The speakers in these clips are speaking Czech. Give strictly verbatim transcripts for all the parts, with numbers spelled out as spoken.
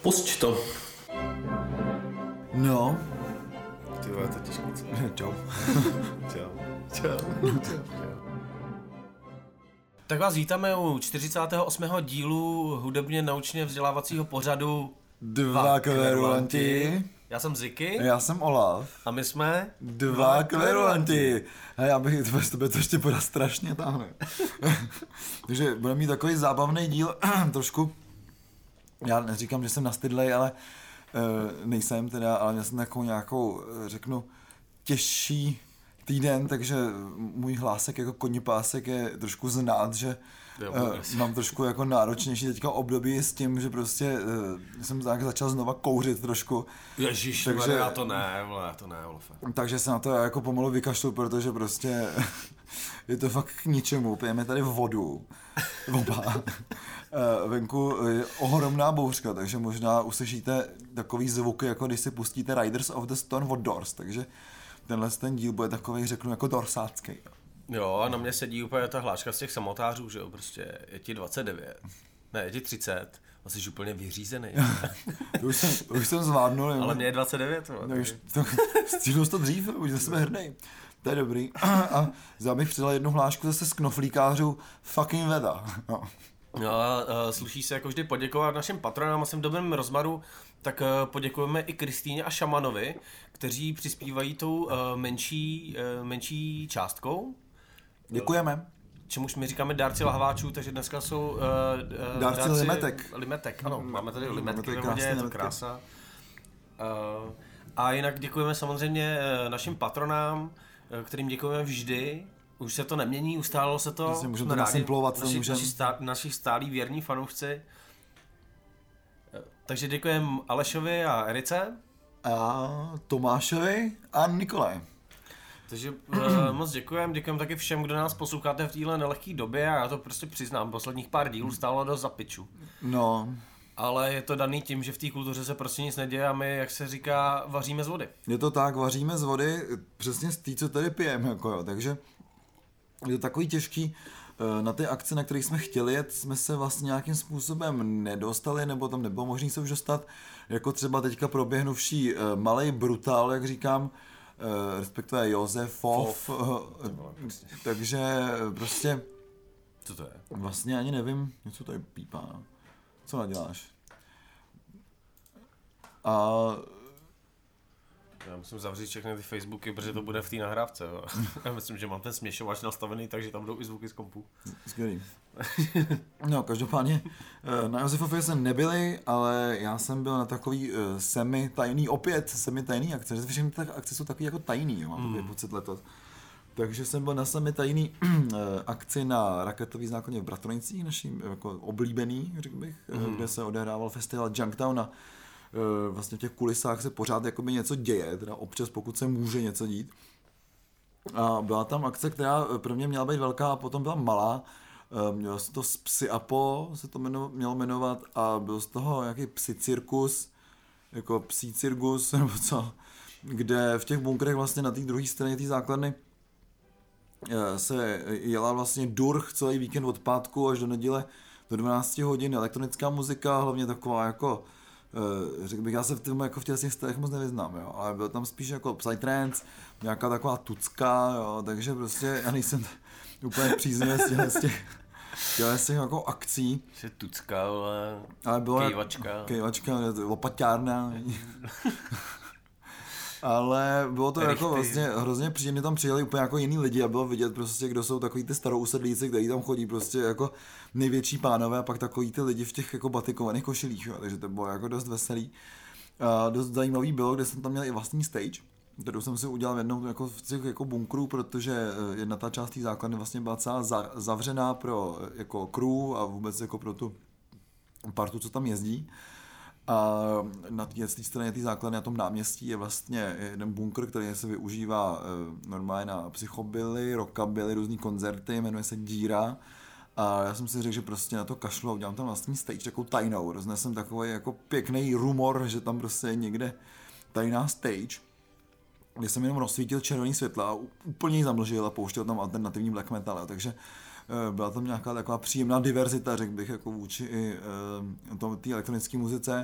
Pusť to. No. Ty vole, to těžký, co? Čau. Čau. Čau. Čau. Tak vás vítáme u čtyřicátého osmého dílu hudebně naučně vzdělávacího pořadu Dva kverulanti. Já jsem Ziky. Já jsem Olaf. A my jsme... Dva kverulanti. Hej, já bych to, tobě to ještě podat strašně táhne. Takže budeme mít takový zábavný díl, trošku. Já neříkám, že jsem nastydlej, ale uh, nejsem teda, ale měl jsem takovou nějakou, řeknu, těžší týden, takže můj hlásek jako konipásek je trošku znát, že jo, uh, mám trošku jako náročnější teďka období s tím, že prostě uh, jsem tak začal znova kouřit trošku. Ježíš, takže já to ne, vole, já to ne, Olafe. Takže se na to jako pomalu vykašlu, protože prostě je to fakt k ničemu. Pijeme tady vodu, oba. Venku je ohromná bouřka, takže možná uslyšíte takový zvuky, jako když si pustíte Riders of the Storm od Doors, takže tenhle ten díl bude takový, řeknu, jako dorsácký. Jo, a na mě sedí úplně ta hláška z těch samotářů, že jo, prostě je ti dvacet devět, ne, je ti třicet, a jsi úplně vyřízený. to už jsem, už jsem zvládnul. Ale mě je dvacet devět. No, už to, stihnul to dřív, už na sebe hrdý. To je dobrý. A já bych přidal jednu hlášku zase z knoflíkářů fucking veda. No. No a uh, sluší se jako vždy poděkovat našim patronám a jsem dobrým rozmaru, tak uh, poděkujeme i Kristýně a Šamanovi, kteří přispívají tou uh, menší, uh, menší částkou. Děkujeme. Čemuž my říkáme dárci lahváčů, takže dneska jsou uh, uh, dárci, dárci limetek. Limetek, ano, máme tady limetky máme ve vodě, je to krása. Uh, a jinak děkujeme samozřejmě uh, našim patronám, uh, kterým děkujeme vždy. Už se to nemění, ustálilo se to. Vlastně můžeme to nasimplovat. Naši, naši, stá, naši stálí věrní fanoušci. Takže děkujeme Alešovi a Erice. A Tomášovi a Nikolaj. Takže uh, moc děkujeme, děkujeme taky všem, kdo nás posloucháte v téhle nelehké době a já to prostě přiznám, posledních pár dílů stálo dost za piču. No. Ale je to daný tím, že v té kultuře se prostě nic neděje a my, jak se říká, vaříme z vody. Je to tak, vaříme z vody, přesně z té, co tady pijeme, jako jo, takže je to takový těžký. Na ty akce, na kterých jsme chtěli jet, jsme se vlastně nějakým způsobem nedostali, nebo tam nebylo možné se už dostat, jako třeba teďka proběhnuvší malej brutál, jak říkám, respektive Josefov, takže prostě co to je? Vlastně ani nevím, něco tady pípá, no. Co naděláš? A já musím zavřít všechny ty Facebooky, protože to bude v té nahrávce. Jo. Já myslím, že mám ten směšovač nastavený, takže tam jdou i zvuky z kompu. Skvělý. No, každopádně na Josefově jsme nebyli, ale já jsem byl na takový uh, semi-tajný, opět semi-tajný akce. Všechny ty akce jsou takový jako tajný, jo, mám takový mm. pocit letos. Takže jsem byl na semi-tajný akci na Raketový zákoně v Bratronicích, naším jako oblíbený, řekl bych, mm. kde se odehrával festival Junktown a vlastně v těch kulisách se pořád jakoby něco děje, teda občas pokud se může něco dít. A byla tam akce, která pro mě měla být velká a potom byla malá. Mělo se to z Psy Apo, se to jmeno, mělo jmenovat a byl z toho nějaký psi cirkus, jako psí cirkus nebo co, kde v těch bunkrech vlastně na té druhé straně té základny se jela vlastně durch celý víkend od pátku až do neděle do dvanácti hodin, elektronická muzika, hlavně taková jako Uh, řekl bych, já se v tom jako v těch stylech moc nevyznám, jo, ale byl tam spíš jako psytrance, nějaká taková tucka, jo, takže prostě já nejsem úplně příznivý z těch, z těch, z těch jako akcí. Že tucka, ale, ale bylo kejvačka. Kejvačka, lopaťárna. Ale bylo to Richtig. Jako vlastně hrozně příjemně, tam přijeli úplně jako jiný lidi a bylo vidět prostě, kdo jsou takový ty starousedlíci, kteří tam chodí prostě jako největší pánové a pak takový ty lidi v těch jako batikovaných košilích, jo, takže to bylo jako dost veselý. A dost zajímavý bylo, kde jsem tam měl i vlastní stage, kterou jsem si udělal v jednom jako v těch jako bunkrů, protože jedna ta část té základny vlastně byla celá za, zavřená pro jako crew a vůbec jako pro tu partu, co tam jezdí. A na té straně té základny na tom náměstí je vlastně jeden bunkr, který se využívá normálně na psychobilly, rockabilly, různý koncerty, jmenuje se Díra. A já jsem si řekl, že prostě na to kašlu a udělám tam vlastní stage, takovou tajnou. Roznesem takový jako pěkný rumor, že tam prostě je někde tajná stage, kde jsem jenom rozsvítil červený světla a úplně ji zamlžil a pouštěl tam alternativní black metal, takže byla tam nějaká taková příjemná diverzita, řekl bych, jako vůči i té elektronické muzice.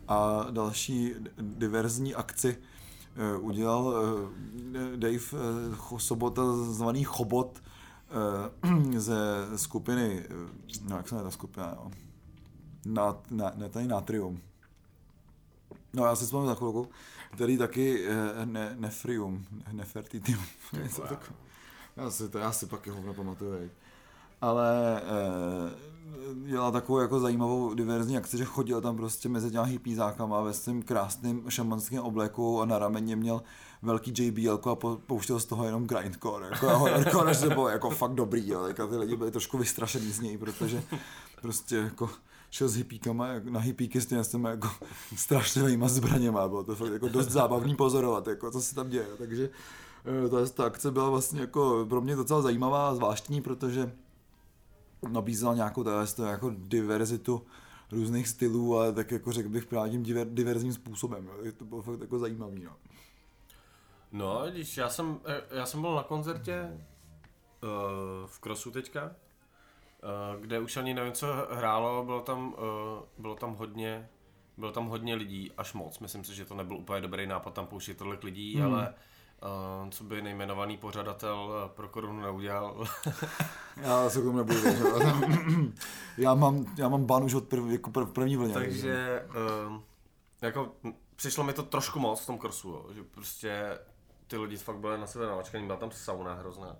A další diverzní akci udělal Dave Sobota, zvaný Chobot, ze skupiny, no jak se jmenuje ta skupina, no. Nat, ne, ne, tady Natrium. No já si vzpomínám za chvilku, který taky ne, Nefrium, Nefertitium, něco wow. Takové. Já si to, já si pak jeho nepamatuju. Ale eh, dělal takovou jako zajímavou diverzní akci, že chodil tam prostě mezi těma hippízákama ve svým krásným šamanským obleku a na rameně měl velký J B L a po, pouštěl z toho jenom grindcore, jako a horrorcore, že bylo jako fakt dobrý, jo, tak a ty lidi byli trošku vystrašený z něj, protože prostě jako šel s hippíkama, na hippíky s těmi jako strašlivýma zbraněma, bylo to fakt jako dost zábavný pozorovat, jako co se tam děje, takže ta, ta akce byla vlastně jako pro mě docela zajímavá a zvláštní, protože nabízela nějakou tady, jako diverzitu různých stylů, ale tak jako řekl bych právě tím diver, diverzním způsobem, jo. To bylo fakt jako zajímavý. No, no když já jsem, já jsem byl na koncertě uh, v Crossu teďka, uh, kde už ani nevím, co hrálo, bylo tam, uh, bylo tam hodně, bylo tam hodně lidí, až moc, myslím si, že to nebyl úplně dobrý nápad tam pouštět tolik lidí, hmm. ale Uh, co by nejmenovaný pořadatel pro korunu neudělal. Já se k tomu nebudu vědět. já, mám, já mám ban už od prv, jako prv, první vlně. Takže uh, jako přišlo mi to trošku moc v tom Crossu, jo, že prostě ty lidi fakt byli na sebe nalačkaný, byla tam sauna hrozná.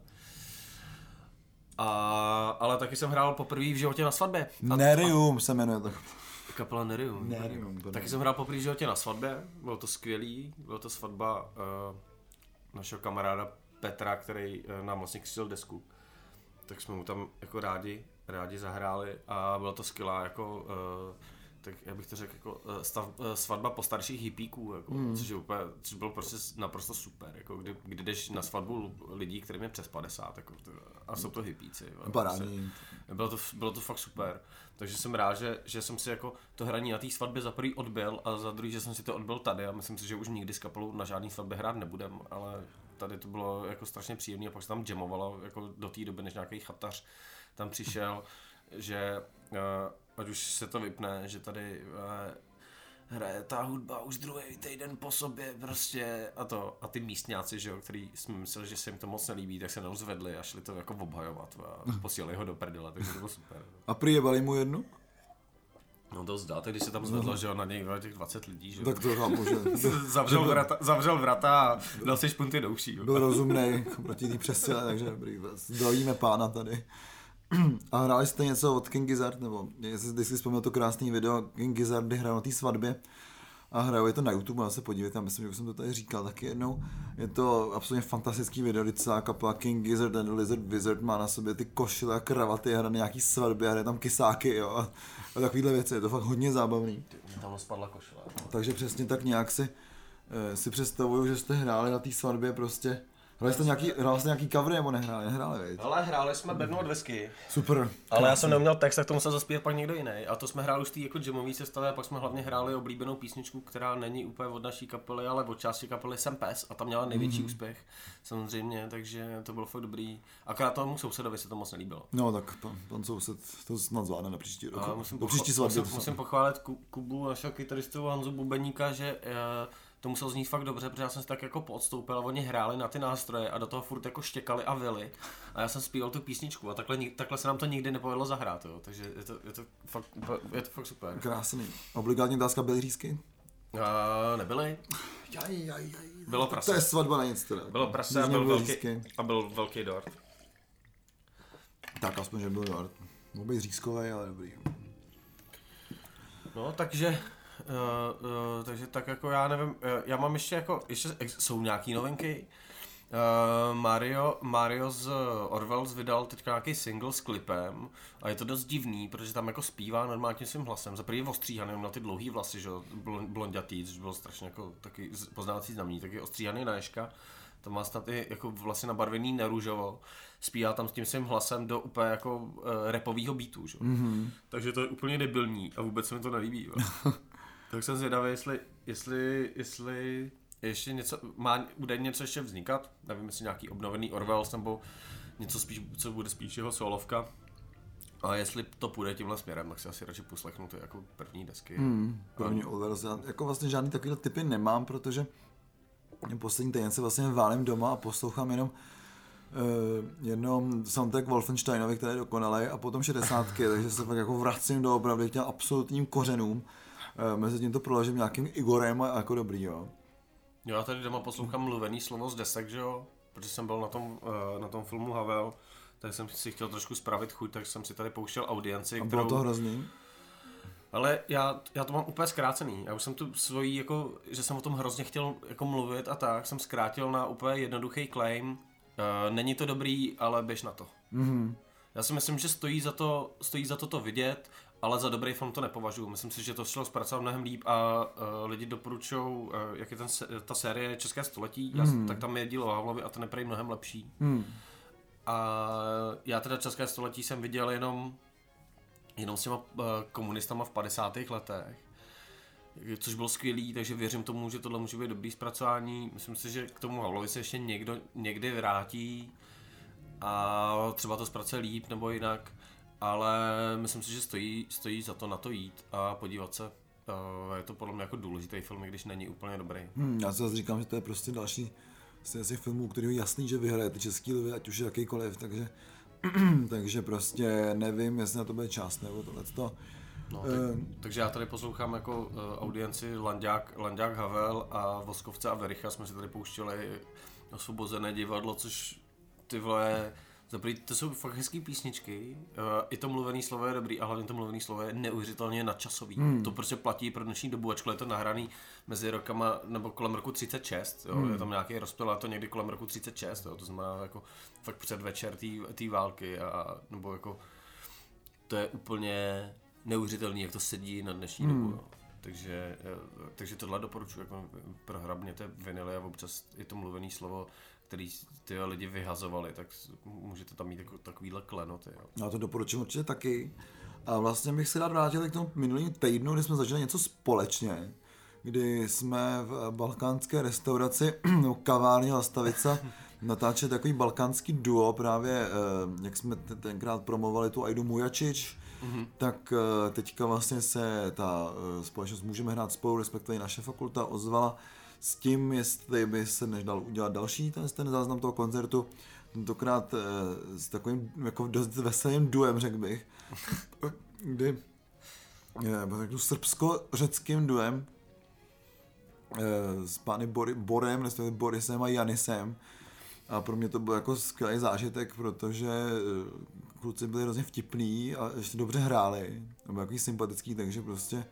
A, ale taky jsem hrál poprvé v životě na svatbě. A, Nerium a, se jmenuje to. Kapela Nerium. Nerium taky jsem hrál poprvé v životě na svatbě, bylo to skvělý, bylo to svatba uh, našeho kamaráda Petra, který nám vlastně křtil desku, tak jsme mu tam jako rádi, rádi zahráli a byla to skvělá jako, uh, tak já bych to řekl jako stav, svatba postarších hippíků, jako, mm. což, je úplně, což bylo prostě naprosto super, jako kdy, kdy jdeš na svatbu lidí, kterým je přes padesát, jako, a jsou to hippíci. Barání. Bylo to, bylo to fakt super, takže jsem rád, že, že jsem si jako to hraní na té svatbě za prvý odbil a za druhý, že jsem si to odbil tady a myslím si, že už nikdy s kapelou na žádný svatbě hrát nebudem, ale tady to bylo jako strašně příjemné a pak se tam jamovalo jako do té doby, než nějaký chatař tam přišel, že uh, ať už se to vypne, že tady uh, hraje ta hudba už druhý týden po sobě prostě a to a ty místňáci, že jo, který jsme mysleli, že se jim to moc nelíbí, tak se neozvedli a šli to jako obhajovat a posílali ho do prdele, takže to bylo super. A přijebali mu jednu? No to zdá, tak když se tam zvedlo, no. Že jo, na něj těch dvacet lidí, že jo. Tak to chápu, že... zavřel, vrata, zavřel vrata a dal si špunty do uší. Byl rozumnej proti té přesile, takže dobrý, dojíme pána tady. A hráli jste něco od King Gizzard, nebo jestli si vzpomněl to krásný video King Gizzard, kdy hrál na té svatbě a hrajou, je to na YouTube, ale se podívejte, myslím, že už jsem to tady říkal taky jednou. Je to absolutně fantastický video, kdy celá kapela King Gizzard and Lizard Wizard má na sobě ty košile a kravaty a hraje nějaký svatby a hraje tam kysáky, jo, a, a takovýhle věci, je to fakt hodně zábavný. Tam spadla košile. Takže přesně tak nějak si, si představuju, že jste hráli na té svatbě prostě. Hráli jste nějaký, hráli jste nějaký covery nebo nehráli? Nehráli, veď? Ale hráli jsme Bednu od Whisky. Super. Ale já jsem neuměl text, tak to musel zaspívat pak někdo jiný. A to jsme hráli už tý jako jamový sestavě a pak jsme hlavně hráli oblíbenou písničku, která není úplně od naší kapely, ale od části kapely Jsem pes a tam měla největší mm-hmm. úspěch. Samozřejmě, takže to bylo fakt dobrý. Akorát tomu sousedovi se to moc nelíbilo. No tak pan, pan soused to snad zvládne na příští rok. Musím, pocho- příští musím, musím pochválit Kubu, našeho kytaristu Hanzu Bubeníka, že uh, to muselo znít fakt dobře, protože já jsem si tak jako podstoupil a oni hráli na ty nástroje a do toho furt jako štěkali a vyli a já jsem zpíval tu písničku a takhle, takhle se nám to nikdy nepovedlo zahrát, jo. Takže je to, je to, fakt, je to fakt super. Krásný. Obligátní otázka, byly řízky? Uh, nebyly. Jaj, jaj, jaj. Bylo prase. To je svatba na nic teda. Bylo prase a byl, velký, a byl velký dort. Tak aspoň, že byl dort. Mohl být řízkovej, ale dobrý. No, takže... Uh, uh, takže tak jako já nevím, uh, já mám ještě jako, ještě jsou nějaký novinky. Uh, Mario, Mario z Orwells vydal teďka nějaký single s klipem a je to dost divný, protože tam jako zpívá normálně svým hlasem. Za první je ostříhaný, na ty dlouhý vlasy, že blondětý, což bylo strašně jako taky poznávací znamení, taky ostříhaný na ješka. To má snad i jako vlastně nabarvený na růžovo. Zpívá tam s tím svým hlasem do úplně jako uh, rapovýho beatu, že? Mm-hmm. Takže to je úplně debilní a vůbec se mi to nelíbí. Tak jsem zvědavý, jestli, jestli, jestli ještě něco, má údajně něco ještě vznikat, nevím, jestli nějaký obnovený Orwells nebo něco spíš, co bude spíš jeho solovka. A jestli to půjde tímhle směrem, tak si asi radši poslechnu ty jako první desky. Hmm, první verze. Jako vlastně žádný takovýhle typy nemám, protože poslední týden se vlastně válím doma a poslouchám jenom uh, jenom soundtrack Wolfensteinovi, který je dokonalý, a potom šedesátky, takže se fakt jako vracím do opravdu k těm absolutním kořenům. Uh, mezi tím to proložím nějakým Igorem a jako dobrý, jo. Jo, já tady doma poslouchám mluvený slovo z desek, že jo, protože jsem byl na tom, uh, na tom filmu Havel, tak jsem si chtěl trošku spravit chuť, tak jsem si tady pouštěl audienci, a bylo kterou... to hrozný? Ale já, já to mám úplně zkrácený. Já už jsem tu svojí, jako, že jsem o tom hrozně chtěl jako mluvit a tak, jsem zkrátil na úplně jednoduchý claim. Uh, není to dobrý, ale běž na to. Mm-hmm. Já si myslím, že stojí za to, stojí za to to vidět, ale za dobrý film to nepovažuji. Myslím si, že to šlo zpracovat mnohem líp a uh, lidi doporučují, uh, jak je ten, ta série České století, mm-hmm. já, tak tam je díl o Havlovi a ten je prej mnohem lepší. Mm. A já teda České století jsem viděl jenom jenom s těma uh, komunistama v padesátých letech, což bylo skvělý, takže věřím tomu, že tohle může být dobrý zpracování. Myslím si, že k tomu Havlovi se ještě někdo někdy vrátí a třeba to zpracuje líp nebo jinak, ale myslím si, že stojí, stojí za to na to jít a podívat se. Uh, je to podle mě jako důležitý film, když není úplně dobrý. Hmm, já si zase říkám, že to je prostě další z těch filmů, který je jasný, že vyhraje ty český lvy, ať už je jakýkoliv, takže takže prostě nevím, jestli na to bude čas nebo tohleto. No, tak, uh, takže já tady poslouchám jako uh, audienci Landák, Landák Havel a Voskovce a Vericha, jsme si tady pouštěli Osvobozené divadlo, což ty vole, zaprý, to jsou fakt hezký písničky, uh, i to mluvený slovo je dobrý a hlavně to mluvený slovo je neuvěřitelně nadčasový. Hmm. To prostě platí pro dnešní dobu, ačkoliv je to nahraný mezi rokama, nebo kolem roku třicet šest, jo, hmm. je tam nějaký rozpěl, a to někdy kolem roku třicet šest, jo, to znamená jako fakt předvečer té války, a, nebo jako to je úplně neuvěřitelný, jak to sedí na dnešní hmm. dobu, jo. Takže, takže tohle doporučuji, jako prohrabněte vinily a občas je to mluvený slovo, který ty lidi vyhazovali, tak můžete tam mít jako takovýhle klenoty. Jo. Já to doporučuji určitě taky. A vlastně bych se rád vrátil k tomu minulým týdnu, kdy jsme začali něco společně, kdy jsme v balkánské restauraci, no, kavárně Lastavica, natáčeli takový balkánský duo, právě jak jsme tenkrát promovali tu Ajdu Mujačič, mm-hmm. tak teďka vlastně se ta společnost Můžeme hrát spolu, respektive naše fakulta, ozvala s tím, jestli by se než dal udělat další ten, ten záznam toho koncertu, tentokrát eh, s takovým jako dost veselým duem, řekl bych, kdy eh, srbsko-řeckým duem eh, s pány Bori, Borem, respektive Borisem a Janisem. A pro mě to byl jako skvělý zážitek, protože eh, kluci byli hrozně vtipný a ještě dobře hráli, nebo takový sympatický, takže prostě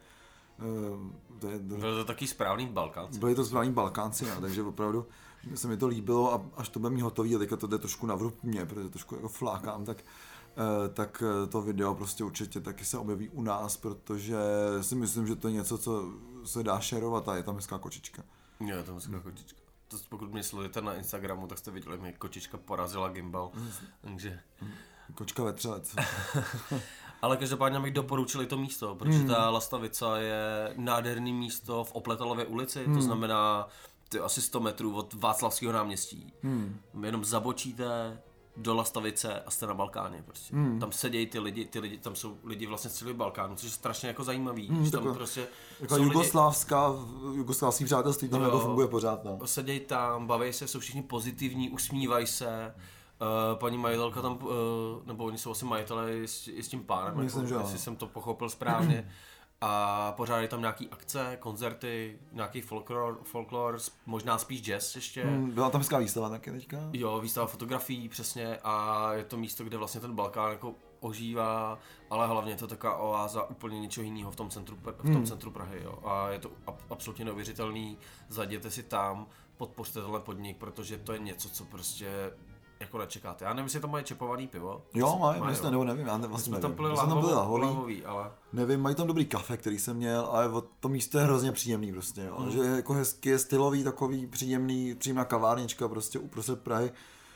Uh, to je, byli to taky správný Balkánci. Byli to správný Balkánci, no, takže opravdu se mi to líbilo a až to bude mít hotový, a teďka to jde trošku na vrub mě, protože trošku jako flákám, tak, uh, tak to video prostě určitě taky se objeví u nás, protože si myslím, že to je něco, co se dá šerovat a je tam hezká kočička. Jo, je tam hezká kočička. To, pokud mě sledujete na Instagramu, tak jste viděli, mi kočička porazila gimbal, takže... Kočka vetřelec. Ale každopádně bych doporučili to místo, protože hmm. ta Lastavica je nádherný místo v Opletalově ulici, hmm. to znamená ty asi sto metrů od Václavského náměstí. Hmm. Jenom zabočíte do Lastavice a jste na Balkáně prostě. Hmm. Tam sedějí ty lidi, ty lidi, tam jsou lidi vlastně z celého Balkánu, což je strašně jako zajímavý. Hmm, tam tako, prostě jako jugoslávská, lidi... jugoslávský přátelství tam jo, jako funguje pořád. No. Sedějí tam, baví se, jsou všichni pozitivní, usmívají se. Uh, paní majitelka tam, uh, nebo oni jsou asi majitelé i s, i s tím pánem, myslím, jako, jestli jsem to pochopil správně. A pořádají tam nějaký akce, koncerty, nějaký folklor, folklor, možná spíš jazz ještě. Hmm, byla tam hezká výstava taky teďka. Jo, výstava fotografií, přesně, a je to místo, kde vlastně ten Balkán jako ožívá, ale hlavně je to taková oáza úplně něčeho jiného v tom centru, v tom hmm. centru Prahy, jo. A je to ab, absolutně neuvěřitelný, zajděte si tam, podpořte tenhle podnik, protože to je něco, co prostě jako nečekáte. Já nevím, jestli tam mají čepovaný pivo. Jo, mají, myslím, nebo nevím, já vlastně nevím. Tam byli lahvový, ale... Nevím, mají tam dobrý kafe, který jsem měl, ale to místo je hrozně příjemný prostě, jo. Mm. Že je jako hezky, je stylový, takový příjemný, příjemná kavárnička prostě uprostřed Prahy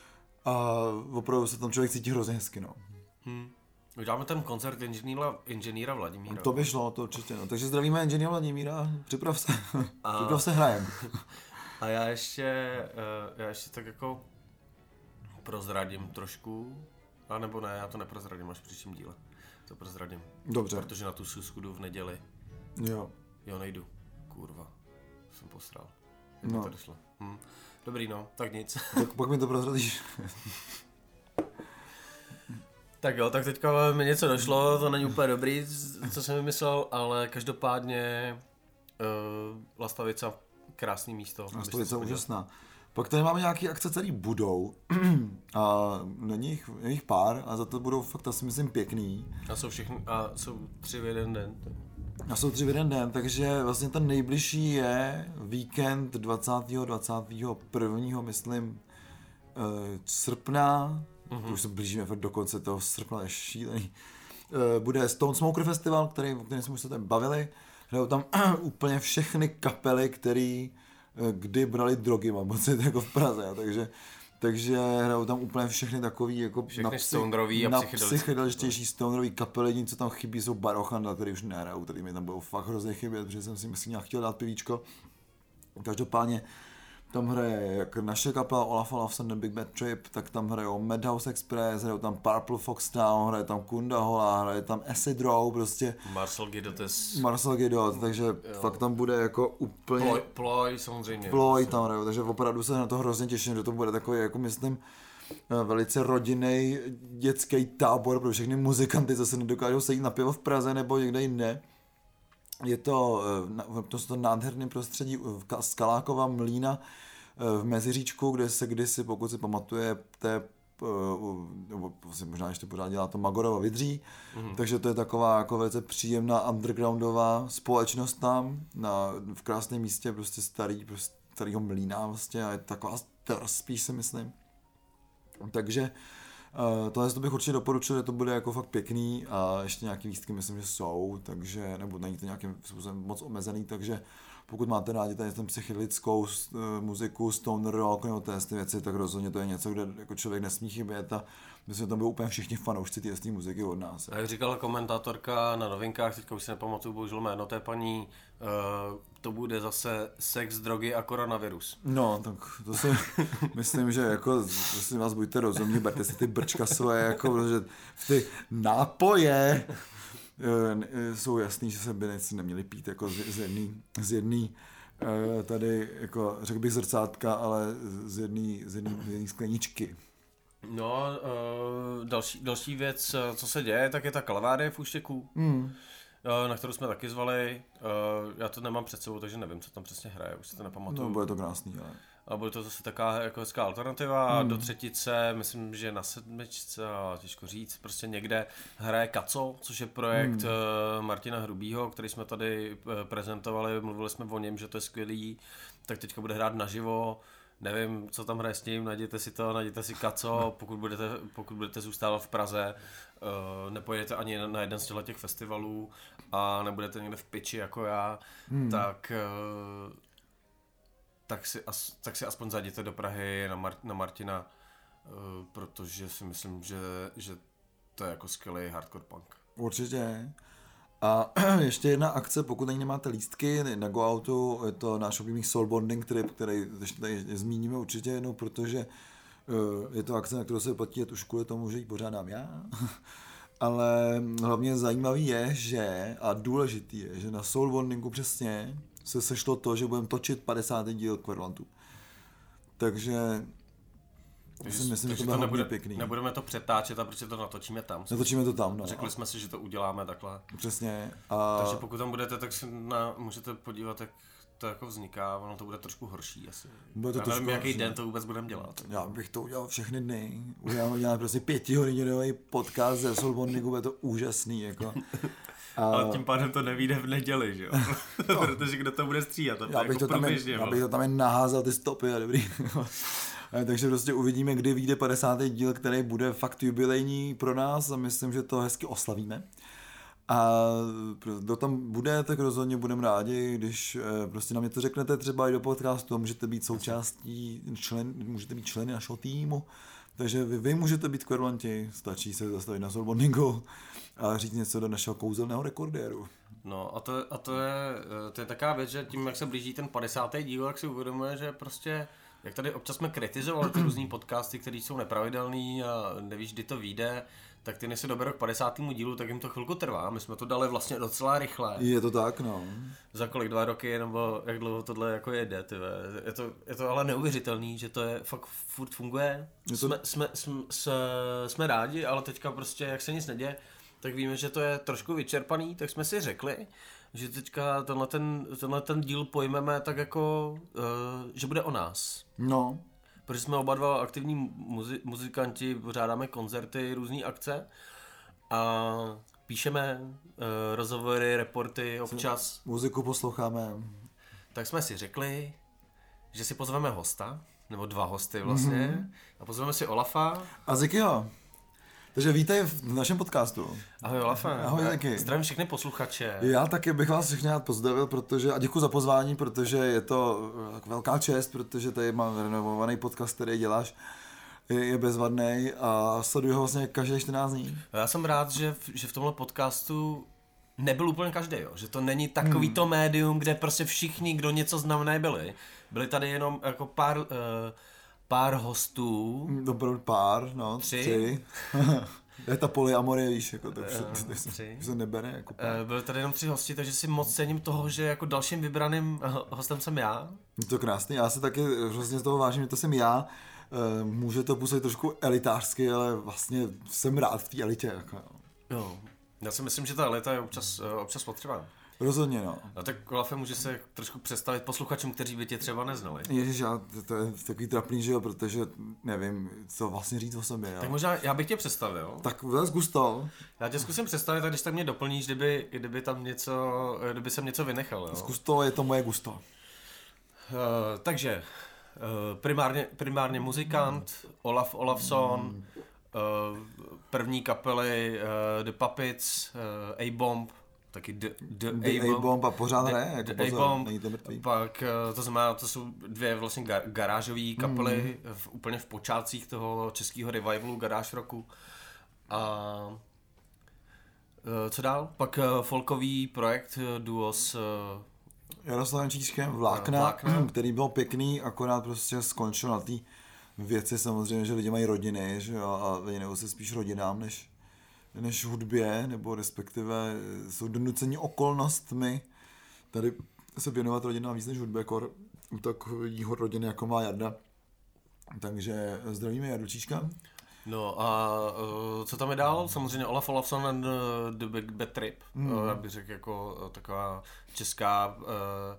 a opravdu se tam člověk cítí hrozně hezky, no. Hmm. Uděláme ten koncert inženýra, inženýra Vladimíra. To by šlo, to určitě, no. Takže zdravíme inženýra Vladimíra, připrav se, a... připrav se hrajem. A já ještě, já ještě tak jako prozradím trošku, a nebo ne, já to neprozradím až v příštím díle. to prozradím. Dobře. Protože na tu schůzku jdu v neděli. Jo. Jo, nejdu. Kurva. Jsem posral. No. To došlo. Hm. Dobrý, no, tak nic. Tak pak mi to prozradíš. Tak jo, tak teďka mi něco došlo, to není úplně dobrý, co jsem vymyslel, ale každopádně uh, Lastavica, krásný místo. Lastavica je úžasná. Pak tady máme nějaké akce, které budou a není jich, je jich pár a za to budou fakt asi myslím pěkný. A jsou všechny, a jsou tři v jeden den. A jsou tři v jeden den, takže vlastně ten nejbližší je víkend dvacátého dvacátého prvního myslím uh, srpna. Mm-hmm. Už se blížíme fakt do konce toho srpna, je šílený. Uh, bude Stone Smoker Festival, který, o kterém jsme už se tam bavili. Hrajou tam úplně všechny kapely, které uh, kdy brali drogy, mám pocit, jako v Praze. Takže, takže hrajou tam úplně všechny takový jako všechny stonerový a na psychedeličtější stonerový kapely. Jediné, co tam chybí, jsou Barochanda, který už nehrajou, tady mi tam budou fakt hrozně chybět, protože jsem si myslím nějak chtěl dát pivíčko. Každopádně tam hraje jak naše kapela Olaf Olafson and Big Bad Trip, tak tam hrajou Madhouse Express, hrajou tam Purple Fox Town, hraje tam Kunda Hola, hraje tam Acid Row, prostě Marcel Gidotes. Marcel Gidot, takže jo. Fakt tam bude jako úplně... Ploy, Ploy samozřejmě. Ploy tam hrajou, takže opravdu se na to hrozně těším, že to bude takový, jako myslím, velice rodinný dětský tábor pro všechny muzikanty, co se nedokážou sejít na pivo v Praze nebo někde jinde. Je to, to, to nádherné prostředí Skalákova mlýna v Meziříčku, kde se kdysi, pokud si pamatuje, té, nebo možná ještě pořád dělá to Magorova Vydří, mm-hmm. takže to je taková jako velice příjemná undergroundová společnost tam, na, v krásném místě, prostě starý, prostě starýho mlýna vlastně a je taková star spíš si myslím. Takže Uh, tohle to bych určitě doporučil, že to bude jako fakt pěkný a ještě nějaký lístky myslím, že jsou, takže, nebo není to nějakým způsobem moc omezený, takže pokud máte rádi tady ten psychedelickou uh, muziku, stoner rock nebo ty věci, tak rozhodně to je něco, kde jako člověk nesmí chybět a myslím, že tam budou úplně všichni fanoušci té muziky od nás. A jak říkala komentátorka na novinkách, teďka už si nepamatuju bohužel jméno té paní, uh, to bude zase sex, drogy a koronavirus. No, tak to si myslím, že jako, prosím vás, buďte rozumní, berte si ty brčka svoje, jako, protože ty nápoje jsou jasný, že se by něco neměli pít jako z jedný, z jedný tady, jako řekl bych zrcátka, ale z jedný, z jedný, z jedný skleničky. No, uh, další, další věc, co se děje, tak je ta Kalvárie v Úštěku, mm. na kterou jsme taky zvali. Uh, já to nemám před sebou, takže nevím, co tam přesně hraje, už si to nepamatuju. No, bude to krásný, ale... A bude to zase taková jako hezká alternativa. Hmm. Do třetice, myslím, že na sedmičce, těžko říct, prostě někde hraje Kaco, což je projekt hmm. Martina Hrubýho, který jsme tady prezentovali, mluvili jsme o něm, že to je skvělý, tak teďka bude hrát naživo. Nevím, co tam hraje s tím, najděte si to, najděte si Kaco, pokud budete, pokud budete zůstávat v Praze, uh, nepojedete ani na jeden z těch festivalů a nebudete někde v piči jako já, hmm. tak... Uh, Tak si, as, tak si aspoň zajděte do Prahy na, Mar, na Martina, uh, protože si myslím, že, že to je jako skvělý hardcore punk. Určitě. A ještě jedna akce, pokud ani nemáte lístky na Go Outu, je to náš oblíbený Soul Bonding trip, který ještě tady zmíníme určitě jednou, protože uh, je to akce, na kterou se platí už kvůli tomu, že ji pořádám já. Ale hlavně zajímavý je, že, a důležitý je, že na Soul Bondingu přesně se sešlo to, že budeme točit padesátý díl Kverlantu. Takže takže, si myslím, takže že to, to nebude pěkný. Nebudeme to přetáčet a protože to natočíme tam. Natočíme to tam, no. Řekli jsme si, že to uděláme takhle. Přesně. A... Takže pokud tam budete, tak si na, můžete podívat, jak to jako vzniká, ono to bude trošku horší asi. Bude to já nevím, jaký den to vůbec budeme dělat. Já bych to udělal všechny dny. Uděláme dělat prostě pětihodinový podcast ze Soul Bondingu, bude to úžasný, jako. A... Ale tím pádem to nevíde v neděli, že jo? No. Protože kdo to bude stříhat, to já bych, jako to tam je, já bych to tam jen naházel ty stopy a dobrý. Takže prostě uvidíme, kdy vyjde padesátý díl, který bude fakt jubilejní pro nás a myslím, že to hezky oslavíme. A kdo tam bude, tak rozhodně budeme rádi, když prostě nám něco řeknete třeba i do podcastu a můžete být součástí, člen, můžete být členy našeho týmu. Takže vy, vy můžete být kverlanti, stačí se zastavit na Soul Bondingu a říct něco do našeho kouzelného rekordéru. No a to, a to je, to je taková věc, že tím, jak se blíží ten padesátý díl, tak si uvědomuje, že prostě, jak tady občas jsme kritizovali ty různý podcasty, které jsou nepravidelný a nevíš, kdy to vyjde, tak ty než se doberou k padesátému dílu, tak jim to chvilku trvá. My jsme to dali vlastně docela rychle. Je to tak, no. Za kolik, dva roky, nebo jak dlouho tohle jako jede, tyve. Je to, je to ale neuvěřitelný, že to je fakt furt funguje. To... Jsme, jsme, jsme, jsme, jsme rádi, ale teďka prostě, jak se nic neděje, tak víme, že to je trošku vyčerpaný, tak jsme si řekli, že teďka tenhle ten, tenhle ten díl pojmeme tak jako, uh, že bude o nás. No. Protože jsme oba dva aktivní muzi- muzikanti, pořádáme koncerty, různé akce a píšeme uh, rozhovory, reporty občas. Muziku posloucháme. Tak jsme si řekli, že si pozveme hosta, nebo dva hosty vlastně, mm-hmm. a pozveme si Olafa. A Zikyho. Takže vítej v našem podcastu. Ahoj Olafe. Ahoj taky. Zdravím všechny posluchače. Já taky bych vás všechny rád pozdravil, protože, a děkuji za pozvání, protože je to velká čest, protože tady mám renovovaný podcast, který děláš, je, je bezvadný a sleduju ho vlastně každý čtrnáct dní. Já jsem rád, že v, že v tomhle podcastu nebyl úplně každý, jo? Že to není takový hmm. to médium, kde prostě všichni, kdo něco znamená, byli. Byli tady jenom jako pár... Uh, pár hostů. Dobrou pár, no, tři. tři. Je ta polyamorie, víš, jako to uh, se, se nebere. Jako uh, byli tady jenom tři hosti, takže si moc cením toho, že jako dalším vybraným hostem jsem já. Je to krásný, já se taky hrozně z toho vážím, že to jsem já. Uh, může to působit trošku elitářsky, ale vlastně jsem rád v té elitě. Jako. Jo, já si myslím, že ta elita je občas, občas potřeba. Rozhodně, no. A tak Olafe, může se trošku představit posluchačům, kteří by tě třeba neznali. Ježiš, já, to je takový trapný, že jo, protože nevím, co vlastně říct o sobě. Jo. Tak možná já bych tě představil. Tak zkus to. Já tě zkusím představit, a když tak mě doplníš, kdyby, kdyby tam něco, kdyby jsem něco vynechal. Jo. Zkus to, je to moje gusto. Uh, takže, uh, primárně, primárně muzikant, Olaf Olafson, mm. uh, první kapely uh, The Puppets, uh, A-Bomb, taky The, the, the A-Bomb, A-Bomb a pořád hraje, jako the pozor, není to mrtvý. Pak to znamená, to jsou dvě vlastně gar, garážové kapely, mm. v, úplně v počátcích toho českého revivalu, garáž roku. A co dál? Pak folkový projekt duo s Jaroslavem Číčkem, Vlákna, Vlákna, který byl pěkný, akorát prostě skončil na té věci samozřejmě, že lidi mají rodiny, že jo, a věnují se spíš rodinám, než než hudbě, nebo respektive jsou donuceni okolnostmi tady se věnovat rodinám víc než hudbě, jako u takového rodiny, jako má Jarda. Takže zdravíme Jardu Číčka. No a uh, co tam je dál? Samozřejmě Olaf Olafson and uh, The Big Bad Trip. Mm. Uh, já bych řekl jako uh, taková česká uh,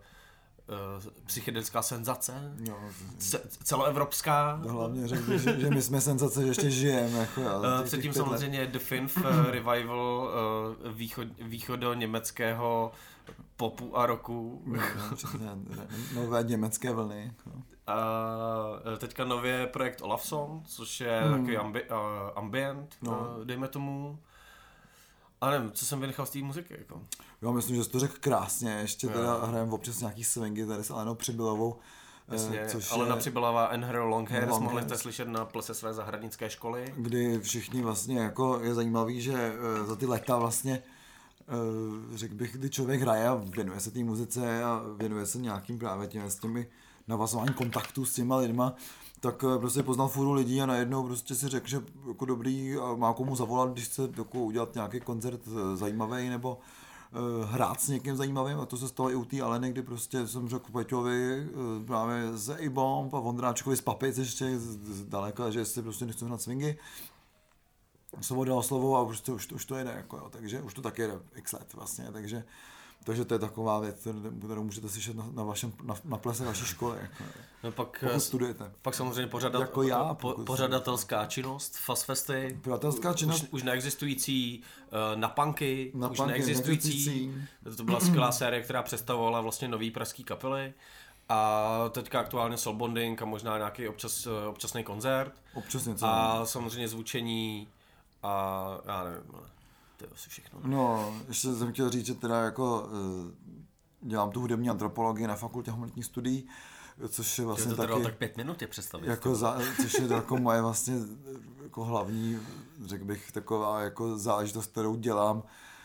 uh, psychedelická senzace. No, C- celoevropská. To hlavně řekl, že, že my jsme senzace, že ještě žijeme. Jako já, uh, předtím samozřejmě The Finf uh, revival uh, východ, východo-německého popu a roku. No, no, nové německé vlny. Jako. A teďka nově projekt Olafson, což je hmm. takový ambi, uh, ambient, no. uh, dejme tomu. A nevím, co jsem vynechal z té muziky. Jako. Já myslím, že jsi to řekl krásně. Ještě teda hrajeme občas nějaký swingy tady s Alenou Přibylovou. Jasně, což Alena je... Přibylová and her long hair, long mohli jste slyšet na plese své zahradnické školy. Kdy všichni vlastně, jako je zajímavý, že za ty léta vlastně řekl bych, kdy člověk hraje a věnuje se té muzice a věnuje se nějakým právě těmi, s těmi navazování kontaktů s těma lidma, tak prostě poznal fůru lidí a najednou prostě si řekl, že jako dobrý a má komu zavolat, když chce jako udělat nějaký koncert zajímavý nebo uh, hrát s někým zajímavým, a to se stalo i u té Aleny, kdy prostě jsem řekl Peťovi uh, právě z A-Bomb a Vondráčkovi z Papic ještě zdaleka, že si prostě nechci hrát swingy. Jsem ho dal slovo a prostě už to, už to jede, jako jo, takže už to taky jede x let vlastně, takže Takže to je taková věc, kterou můžete slyšet na, na, vašem, na, na plese vaší školy. Jako, no pak, pokud studujete. Pak samozřejmě pořadat, jako já, po, pořadatelská činnost, Fastfesty, pořadatelská činnost. Už, už neexistující uh, na punky, na už punky, neexistující. neexistující. To byla skvělá série, která představovala vlastně nový pražský kapely. A teďka aktuálně soulbonding a možná nějaký občas, občasný koncert. Občas něco. A samozřejmě zvučení a já nevím, to je asi všechno. No, ještě jsem chtěl říct, že teda jako dělám tu hudební antropologii na fakultě humanitních studií, což je vlastně to taky... tak pět minut je představit. Jako za, což je jako moje vlastně jako hlavní, řekl bych, taková jako záležitost, kterou dělám.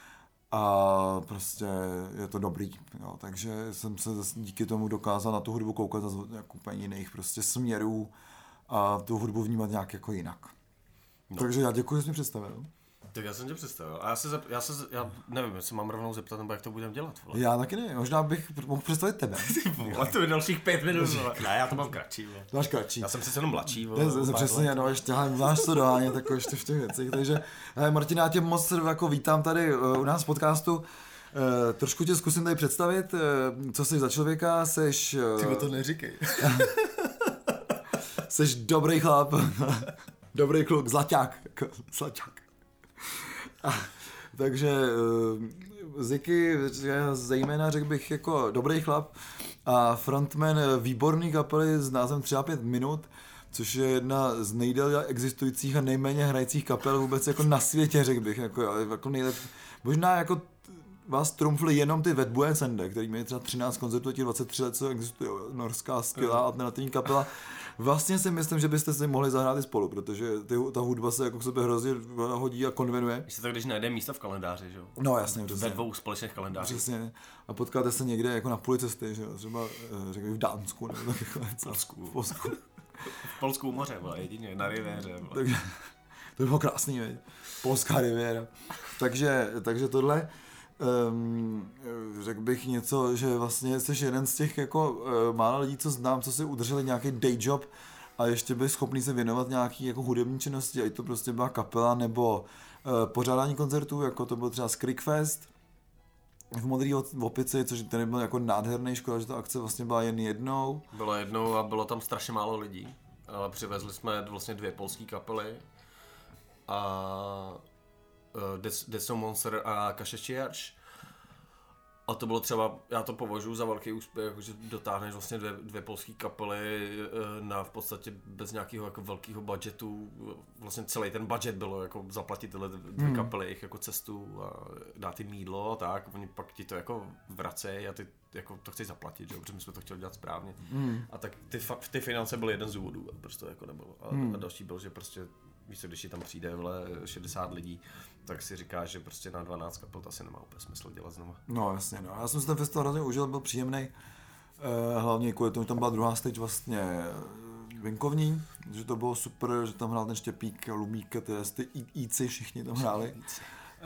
A prostě je to dobrý, jo. Takže jsem se díky tomu dokázal na tu hudbu koukat z jako úplně jiných prostě směrů a tu hudbu vnímat nějak jako jinak. No. Takže já děkuji, že jsi mi představil. Tak já jsem tě představil. A já se, zep, já se, já nevím, jestli mám rovnou zeptat, nebo jak to budeme dělat. Vole. Já taky ne, možná bych mohl představit tebe. A to je dalších pět minut. Ne, já to mám kratší. Vole. To máš kratší. Já jsem sice jenom mladší. Vole, přesně, no, ještě máš co dohánět, jako ještě v těch věcech. Takže, Martin, já tě moc jako vítám tady u nás v podcastu. Uh, trošku tě zkusím tady představit, uh, co jsi za člověka, seš... Uh, Ty to neříkej. Seš dobrý chlap, dobrý kluk, zlaťák, zlaťák. A, takže uh, Ziky, zejména řekl bych jako dobrý chlap a frontman výborný kapely s názvem třeba pět minut, což je jedna z nejdéle existujících a nejméně hrajících kapel vůbec jako na světě, řekl bych, jako, jako nejlepší. Možná jako vás trumfli jenom ty Wet Boy Sende, který měli třeba třináct koncertů, těch dvacet tři let, co existuje, norská skvělá alternativní kapela. Vlastně si myslím, že byste si mohli zahrát i spolu, protože ty, ta hudba se jako k sobě hrozně hodí a konvenuje. Ještě to, když najde místa v kalendáři, že jo? No jasně, přesně. Ve dvou společných kalendářích. Přesně. A potkáte se někde jako na půli cesty, že jo? Třeba řekl bych v Dánsku nebo takhle. V Polsku. V Polsku. V Polsku moře, byla jedině na rivéře. Takže to bylo krásný, veď. Polská riviera. takže, takže tohle... Um, řekl bych něco, že vlastně jsi jeden z těch jako uh, málo lidí, co znám, co si udrželi nějaký day job a ještě byl schopný se věnovat nějaký jako hudební činnosti, ať to prostě byla kapela nebo uh, pořádání koncertů, jako to byl třeba Skrikfest v Modrý opici, což ten byl jako nádherný, škoda, že ta akce vlastně byla jen jednou. Bylo jednou a bylo tam strašně málo lidí, ale přivezli jsme vlastně dvě polské kapely a Dead Snow Monster a Kašečiarč. A to bylo třeba, já to považuji za velký úspěch, že dotáhneš vlastně dvě, dvě polské kapely na v podstatě bez nějakého jako velkého budgetu. Vlastně celý ten budget bylo jako zaplatit tyhle dvě hmm. kapely, jejich jako cestu a dát jim jídlo a tak. Oni pak ti to jako vracejí a ty jako to chceš zaplatit, že? Protože my jsme to chtěli dělat správně. Hmm. A tak ty, ty finance byly jeden z důvodů, prostě jako nebylo. A, hmm. a další byl, že prostě víš co, když ti tam přijde vle šedesát lidí, tak si říkáš, že prostě na dvanáct kapel to asi nemá úplně smysl dělat znovu. No jasně, no. Já jsem si ten festival hrozně užil, byl příjemný. Eh, hlavně kvůli tomu, že tam byla druhá stage vlastně venkovní, že to bylo super, že tam hrál ten Štěpík, Lumík, ty, ty íci všichni tam hráli. Eh,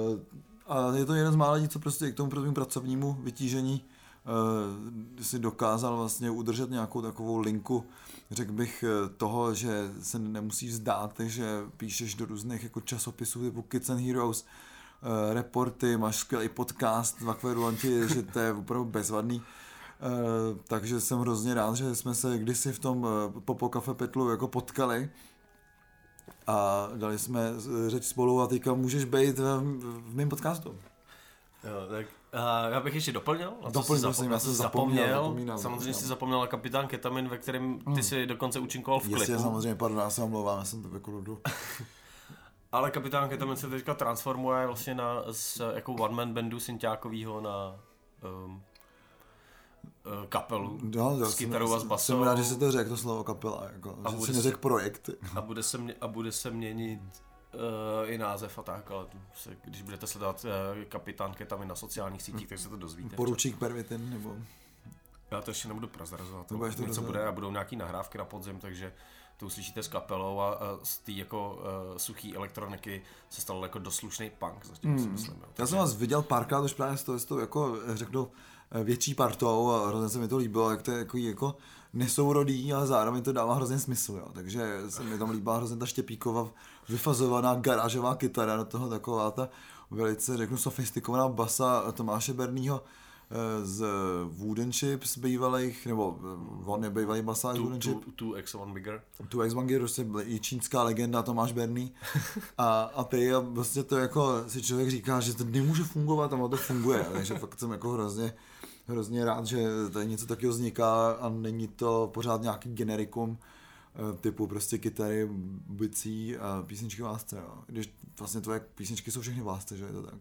a je to jeden z mála lidí, co prostě i k tomu prvnímu pracovnímu vytížení Uh, si dokázal vlastně udržet nějakou takovou linku, řekl bych, toho, že se nemusíš vzdát, že píšeš do různých jako časopisů typu Kids and Heroes, uh, reporty, máš skvělý podcast v Akvarulanti, že to je opravdu bezvadný. Uh, takže jsem hrozně rád, že jsme se kdysi v tom uh, Popo Cafe Petlu jako potkali a dali jsme řeč spolu a teďka můžeš být v, v mém podcastu. Jo, tak uh, já bych ještě doplnil, na Doplň, co prosím, jsi já jsem zapomněl, zapomněl, zapomínal, samozřejmě zapomněl. si zapomněl Kapitán Ketamin, ve kterém ty hmm. si dokonce účinkoval v klipu. Jestli samozřejmě, pardon, já se omlouvám, já jsem to jako ludu. Ale Kapitán Ketamin se teďka transformuje vlastně na, z jako one man bandu synťákovýho na um, kapelu no, s kytarou a s basou. Jsem rád, že jsi to řekl, to slovo kapela, jako, a že jsi neřekl projekt. A bude se, mě, a bude se měnit Uh, i název a tak, ale se, když budete sledovat uh, Kapitán Ketamin na sociálních sítích, tak se to dozvíte. Poručík Pervitin, nebo... Já to ještě nebudu prozrazovat. To něco rozhodovat. Bude a budou nějaký nahrávky na podzim, takže to uslyšíte s kapelou a, a z té jako uh, suchý elektroniky se stalo jako doslušný punk, zatím hmm. si myslím. Jo. Já jsem vás viděl párkrát už právě s tou, s tou jako řeknu větší partou a hrozně se mi to líbilo, jak to je jako, jako nesourodý, ale zároveň to dává hrozně smysl, jo. Takže se mi tam líbila hrozně ta Štěpíkova vyfazovaná garážová kytara, do toho taková ta velice, řeknu, sofistikovaná basa Tomáše Bernýho z Wooden Chips bývalých, nebo on je bývalý basář Wooden Chip. two X one Bigger. two X one Bigger, prostě je čínská legenda Tomáš Berný. A, a ty a vlastně to jako si člověk říká, že to nemůže fungovat, a to funguje, takže fakt jsem jako hrozně hrozně rád, že tady něco takového vzniká a není to pořád nějaký generikum typu prostě kytary, bicí a písničky v lásce, jo. Když vlastně tvoje písničky jsou všechny v lásce, že je to tak?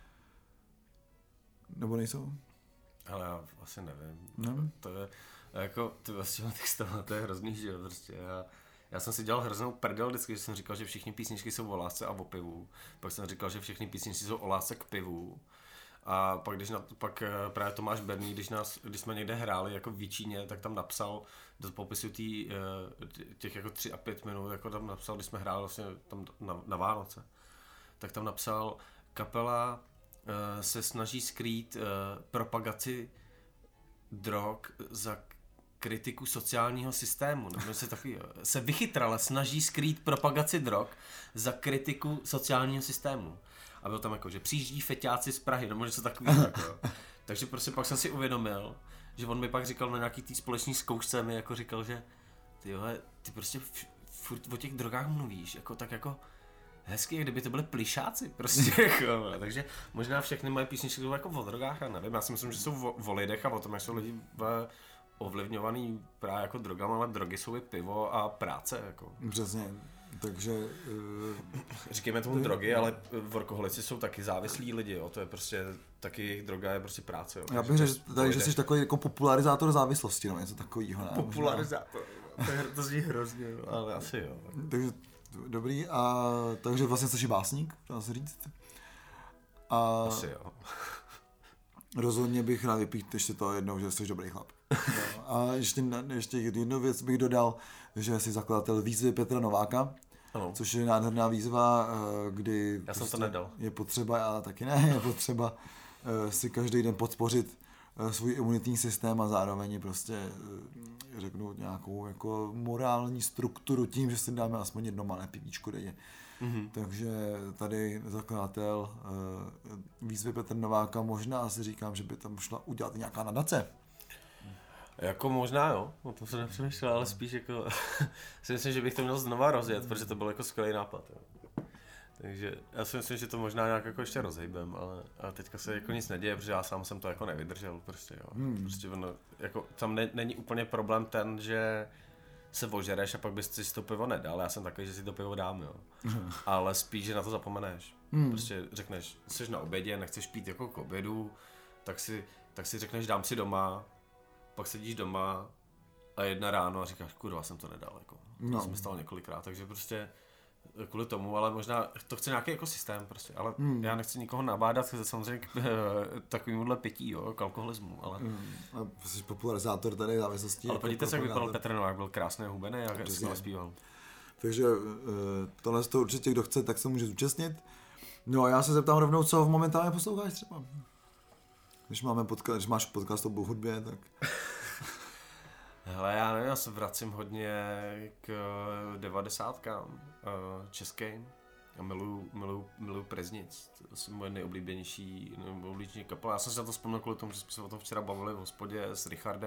Nebo nejsou? Ale já asi nevím. No. To je jako, ty vlastně textovat, to je hrozný, že jo, prostě. Já, já jsem si dělal hroznou prdel vždycky, že jsem říkal, že všechny písničky jsou o lásce a o pivu. Pak jsem říkal, že všechny písničky jsou o lásce k pivu. A pak, když na, pak právě Tomáš Berný, když, nás, když jsme někde hráli jako v Výčíně, tak tam napsal do popisu tý, těch jako tři a pět minut, jako tam napsal, když jsme hráli vlastně tam na, na Vánoce. tak tam napsal, kapela uh, se snaží skrýt uh, propagaci drog za kritiku sociálního systému. Nebo se, takový, se vychytrale snaží skrýt propagaci drog za kritiku sociálního systému. A byl tam jako, že přijíždí feťáci z Prahy, nebo něco takového. Jako. Takže prostě pak jsem si uvědomil, že on mi pak říkal na nějaký tý společný zkoušce, mi jako říkal, že ty johle, ty prostě furt o těch drogách mluvíš, jako tak jako hezky, kdyby to byly plišáci, prostě jako, takže možná všechny moje písničky jsou jako o drogách, a nevím, já si myslím, že jsou o, o lidech a o tom, jak jsou lidi v, ovlivňovaný právě jako drogama, ale drogy jsou i pivo a práce, jako. Přesně, takže... Uh, Říkejme tomu drogy, ale workoholici jsou taky závislí lidi, jo, to je prostě, taky jejich droga je prostě práce, jo. Já bych řekl, že jsi takový jako popularizátor závislosti, no, něco takovýho, ne? Popularizátor, to, je, to zní hrozně, ale asi jo. Takže dobrý, a takže vlastně jsi básník, dá se říct. A asi jo. Rozhodně bych rád vypít ještě to jednou, že jsi dobrý chlap. No, a ještě, ještě jednu věc bych dodal, že jsi zakladatel výzvy Petra Nováka, ano. Což je nádherná výzva, kdy já jsem to nedal. Je potřeba, já taky ne, je potřeba si každý den podpořit svůj imunitní systém a zároveň prostě řeknu nějakou jako morální strukturu tím, že si dáme aspoň jedno malé pivíčko denně. Mm-hmm. Takže tady zakladatel uh, výzvy Petr Nováka, možná si říkám, že by tam šla udělat nějaká nadace. Jako možná jo, o tom jsem nepřemýšlel, ale spíš jako si myslím, že bych to měl znova rozjet, protože to byl jako skvělý nápad. Jo. Takže já si myslím, že to možná nějak jako ještě rozhejbem, ale, ale teďka se jako nic neděje, protože já sám jsem to jako nevydržel, prostě jo. Hmm. Prostě ono, jako tam ne, není úplně problém ten, že se ožereš a pak bys si to pivo nedal, já jsem takový, že si to pivo dám, jo. Hmm. Ale spíš, že na to zapomeneš. Hmm. Prostě řekneš, jsi na obědě, nechceš pít jako k obědu, tak si, tak si řekneš, dám si doma, pak sedíš doma a jedna ráno a říkáš, kurva, jsem to nedal, jako. No. To se mi stalo několikrát, takže prostě kvůli tomu, ale možná to chce nějaký jako systém prostě, ale hmm. já nechci nikoho nabádat samozřejmě k takovýmhle pití, jo, k alkoholismu, ale... Hmm. A jsi popularizátor tady závislosti. Ale podívejte se, jak vypadal Petr Novák, byl krásný hubený a hezky zpíval. Takže tohle to určitě, kdo chce, tak se může zúčastnit. No a já se zeptám rovnou, co momentálně posloucháš třeba. Když, máme podcast, když máš podcast o hudbě, tak... Hele, já nevím, já se vracím hodně k devadesátkám českým. Já miluju, miluju, miluju Preznic, to jsou moje nejoblíbenější, nejoblíbenější kapela. Já jsem si na to vzpomněl kvůli tomu, že jsme se o tom včera bavili v hospodě s Richardem.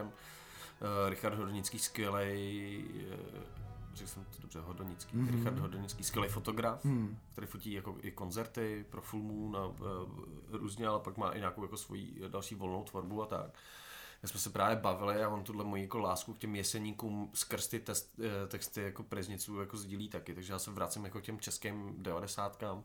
Uh, Richard Hodonický, skvělej, uh, řekl jsem to dobře, Hodonický, mm-hmm. Richard Hodonický, skvělej fotograf, mm. který fotí jako i koncerty pro Full Moon a uh, různě, ale pak má i nějakou jako svoji další volnou tvorbu a tak. My jsme se právě bavili a on tuhle moji jako lásku k těm jeseníkům skrz ty test, texty jako Prezniců jako sdílí taky, takže já se vracím jako k těm českým devadesátkám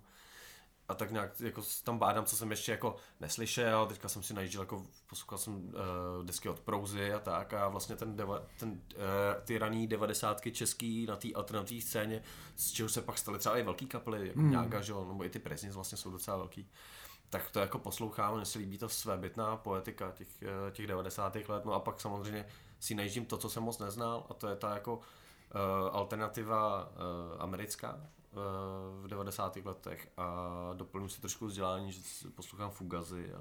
a tak nějak jako tam bádám, co jsem ještě jako neslyšel, teďka jsem si najížděl, jako poslouchal jsem uh, desky od Prouzy a tak a vlastně ten, deva, ten uh, ty raný devadesátky český na té alternativní scéně, z čeho se pak staly třeba i velký kapely, jako mm. Nějaká, že, nebo i ty Preznic vlastně jsou docela velký. Tak to jako poslouchám, mně se líbí ta svébytná poetika těch, těch devadesátých let, no a pak samozřejmě si najíždím to, co jsem moc neznal, a to je ta jako uh, alternativa uh, americká uh, v devadesátých letech a doplním si trošku vzdělání, že poslouchám Fugazi a,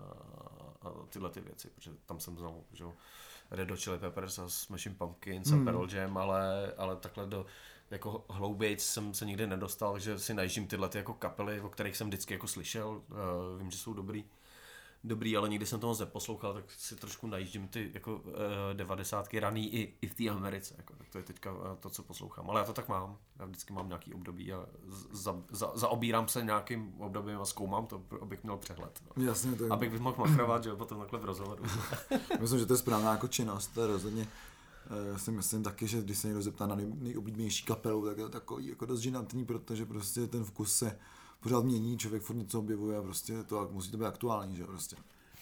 a tyhle ty věci, protože tam jsem znal, že Red Hot Chili Peppers a Smashing Pumpkins mm. a Pearl Jam, ale, ale takhle do jako hloubějc jsem se nikdy nedostal, že si najíždím tyhle ty jako kapely, o kterých jsem vždycky jako slyšel, uh, vím, že jsou dobrý, dobrý, ale nikdy jsem to moc neposlouchal, tak si trošku najíždím ty jako uh, devadesátky raný i, i v té Americe, jako, tak to je teďka to, co poslouchám, ale já to tak mám, já vždycky mám nějaký období a za, za, zaobírám se nějakým obdobím a zkoumám to, abych měl přehled, no. Jasně, to je... abych mohl machrovat, že potom takhle v rozhovoru. Myslím, že to je správná jako činnost, to je rozhodně. Já si myslím taky, že když se někdo zeptá na nej, nejoblíbenější kapelu, tak je to takový jako dost žinantní, protože prostě ten vkus se pořád mění, člověk furt něco objevuje a prostě to musí to být aktuální, že prostě.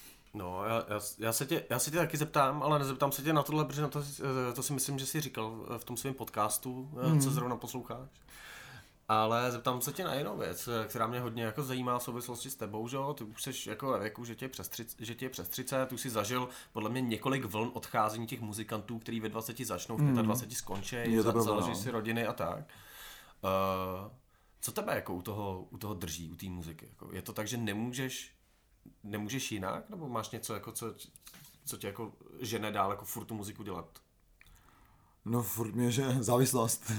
No, já, já, já, se tě, já se tě taky zeptám, ale nezeptám se tě na tohle, protože na to, to si myslím, že jsi říkal v tom svém podcastu, mm. co zrovna posloucháš. Ale zeptám se tě na jinou věc, která mě hodně jako zajímá v souvislosti s tebou, že jo? Ty už jsi jako ve věku, že tě je přes třicet, že tě je přes třicet, tu jsi zažil podle mě několik vln odcházení těch muzikantů, který ve dvaceti začnou, v dvaceti pěti skončí, za, založí si rodiny a tak. Uh, Co tebe jako u toho, u toho drží, u té muziky? Jako, je to tak, že nemůžeš, nemůžeš jinak? Nebo máš něco, jako, co, co tě jako žene dál jako furt tu muziku dělat? No furt mě, že závislost.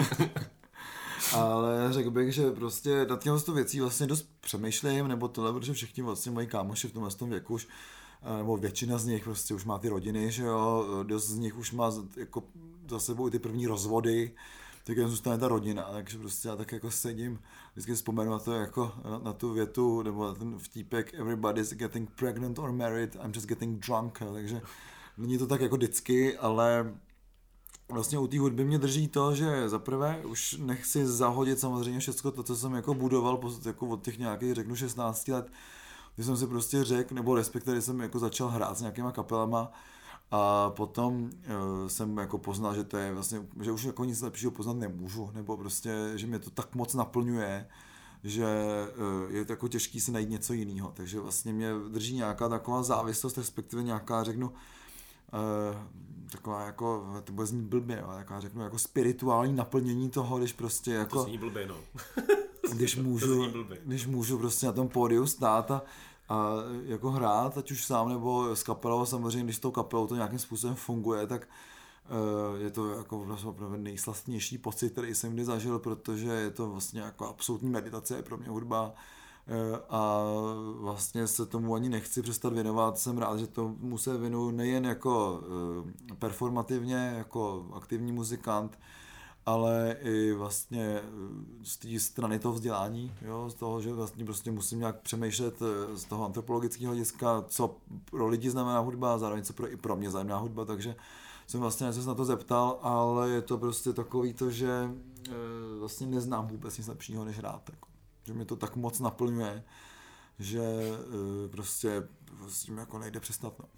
Ale řekl bych, že prostě nad těmhle věcí vlastně dost přemýšlím, nebo tohle, protože všichni vlastně moji kámoši v tomhle tom věku už, nebo většina z nich prostě už má ty rodiny, že jo, dost z nich už má jako za sebou ty první rozvody, tak jen zůstane ta rodina, takže prostě já tak jako sedím, vždycky vzpomenu na to jako na, na tu větu, nebo na ten vtípek everybody's getting pregnant or married, I'm just getting drunk, takže není to tak jako vždycky, ale vlastně u té hudby mě drží to, že zaprvé už nechci zahodit samozřejmě všechno to, co jsem jako budoval jako od těch nějakých, řeknu, šestnácti let, kdy jsem si prostě řekl, nebo respektive jsem jako začal hrát s nějakýma kapelama a potom uh, jsem jako poznal, že to je vlastně, že už jako nic lepšího poznat nemůžu, nebo prostě, že mě to tak moc naplňuje, že uh, je to jako těžký si najít něco jiného, takže vlastně mě drží nějaká taková závislost, respektive nějaká, řeknu, Uh, taková jako, to bude znít blbě, jo, taková řeknu jako spirituální naplnění toho, když prostě jako... To zní blbě, no. když můžu, když můžu prostě na tom pódiu stát a, a jako hrát, ať už sám nebo s kapelou, samozřejmě když s tou kapelou to nějakým způsobem funguje, tak uh, je to jako vlastně opravdu nejslastnější pocit, který jsem kdy zažil, protože je to vlastně jako absolutní meditace, je pro mě hudba. A vlastně se tomu ani nechci přestat věnovat, jsem rád, že tomu se věnuju nejen jako performativně, jako aktivní muzikant, ale i vlastně z té strany toho vzdělání, jo, z toho, že vlastně prostě musím nějak přemýšlet z toho antropologického hlediska, co pro lidi znamená hudba a zároveň co pro, i pro mě znamená hudba, takže jsem vlastně se na to zeptal, ale je to prostě takový to, že vlastně neznám vůbec nic lepšího než hrát. Jako. Že mě to tak moc naplňuje, že uh, prostě s tím jako nejde přestat. No.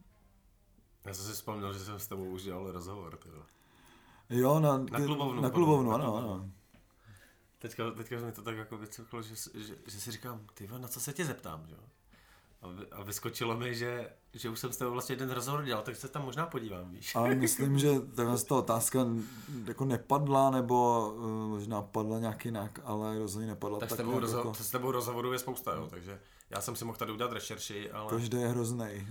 Já jsem si vzpomněl, že jsem s tebou už dělal rozhovor. Teda. Jo, na, na klubovnu. Na klubovnu, ano, ano. Teďka, teďka mi to tak jako vycuklo, že, že, že si říkám, ty na co se tě zeptám, že jo? A, vy, a vyskočilo mi, že, že už jsem s tebou vlastně jeden rozhovor dělal, tak se tam možná podívám, víš. Ale myslím, že takhle ta otázka jako nepadla, nebo uh, možná padla nějak jinak, ale rozhodně nepadla. Tak, tak s, tebou jako... rozho- s tebou rozhovorů je spousta, jo, takže já jsem si mohl tady udělat rešerši, ale... Každý je hroznej.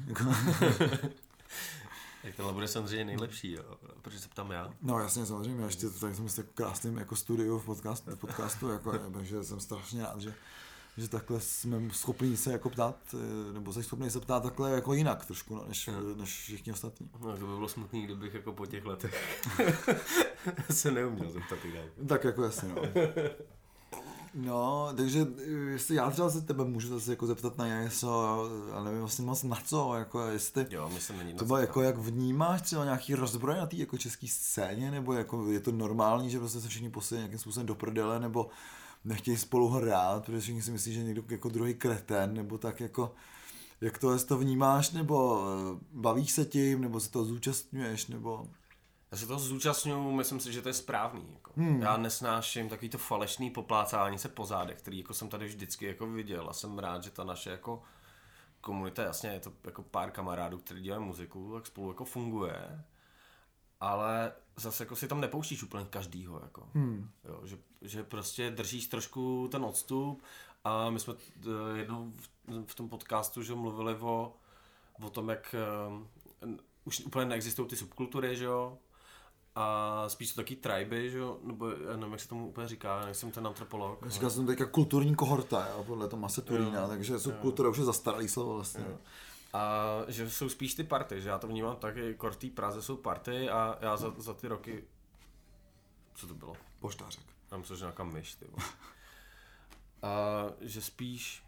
Jak tenhle bude samozřejmě nejlepší, jo, protože se ptám já. No jasně, samozřejmě, ještě tady jsem s krásným jako studiu v podcastu, v podcastu jako, takže jsem strašně rád, že že takhle jsme schopni se jako ptát, nebo jsi schopný se ptát takhle jako jinak trošku, no, než, než všichni ostatní. No, to by bylo smutný, kdybych jako po těch letech se neuměl zeptat jinak. Tak jako jasně, no. No, takže jestli já třeba se tebe můžu zase jako zeptat na něco, ale nevím vlastně moc na co, jako jestli jo, myslím, není to jako jak vnímáš třeba nějaký rozbroj na té jako české scéně, nebo jako je to normální, že prostě se všichni posledně nějakým způsobem do prdele, nebo nechtějí spolu hrát, protože všichni si myslí, že někdo jako druhý kreten, nebo tak jako, jak to, jestli to vnímáš, nebo bavíš se tím, nebo se to zúčastňuješ, nebo... Já se toho zúčastňuju, myslím si, že to je správný. Jako. Hmm. Já nesnáším takový to falešný poplácání se po zádech, který jako jsem tady vždycky jako viděl a jsem rád, že ta naše jako komunita, jasně je to jako pár kamarádů, kteří dělají muziku, tak spolu jako funguje, ale zase jako si tam nepouštíš úplně každýho, jako. Hmm. Jo, že, že prostě držíš trošku ten odstup a my jsme jednou v, v tom podcastu že mluvili o, o tom, jak um, už úplně neexistují ty subkultury, že jo, a spíš to taky triby, že jo, nebo já nevím, jak se tomu úplně říká, nejsem ten antropolog. Já říkal jsem teďka kulturní kohorta, jo, podle Tomase Turína, takže subkultura už je zastaralý slovo vlastně. Jo. A že jsou spíš ty party, že já to vnímám taky, kor v té Praze jsou party a já za, za ty roky, co to bylo? Poštářek. Já myslím, že nějaká myš, ty vole. A že spíš,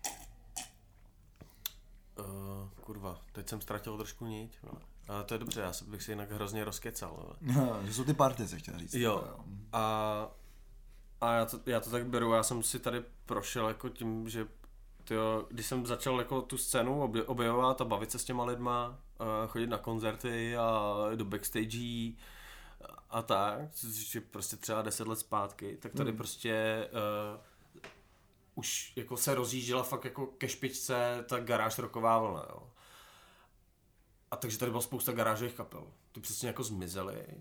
uh, kurva, teď jsem ztratil trošku niť, ale to je dobře, já bych si jinak hrozně rozkecal. No, že jsou ty party, se chtěl říct. Jo, jo. a, a já, to, já to tak beru, já jsem si tady prošel jako tím, že tyjo, když jsem začal jako tu scénu objevovat a bavit se s těma lidma, chodit na koncerty a do backstage a tak, že prostě třeba deset let zpátky, tak tady hmm. prostě uh, už jako se rozjížděla fakt jako ke špičce ta garáž rocková vlna, jo. A takže tady byla spousta garážových kapel. Ty přesně jako zmizely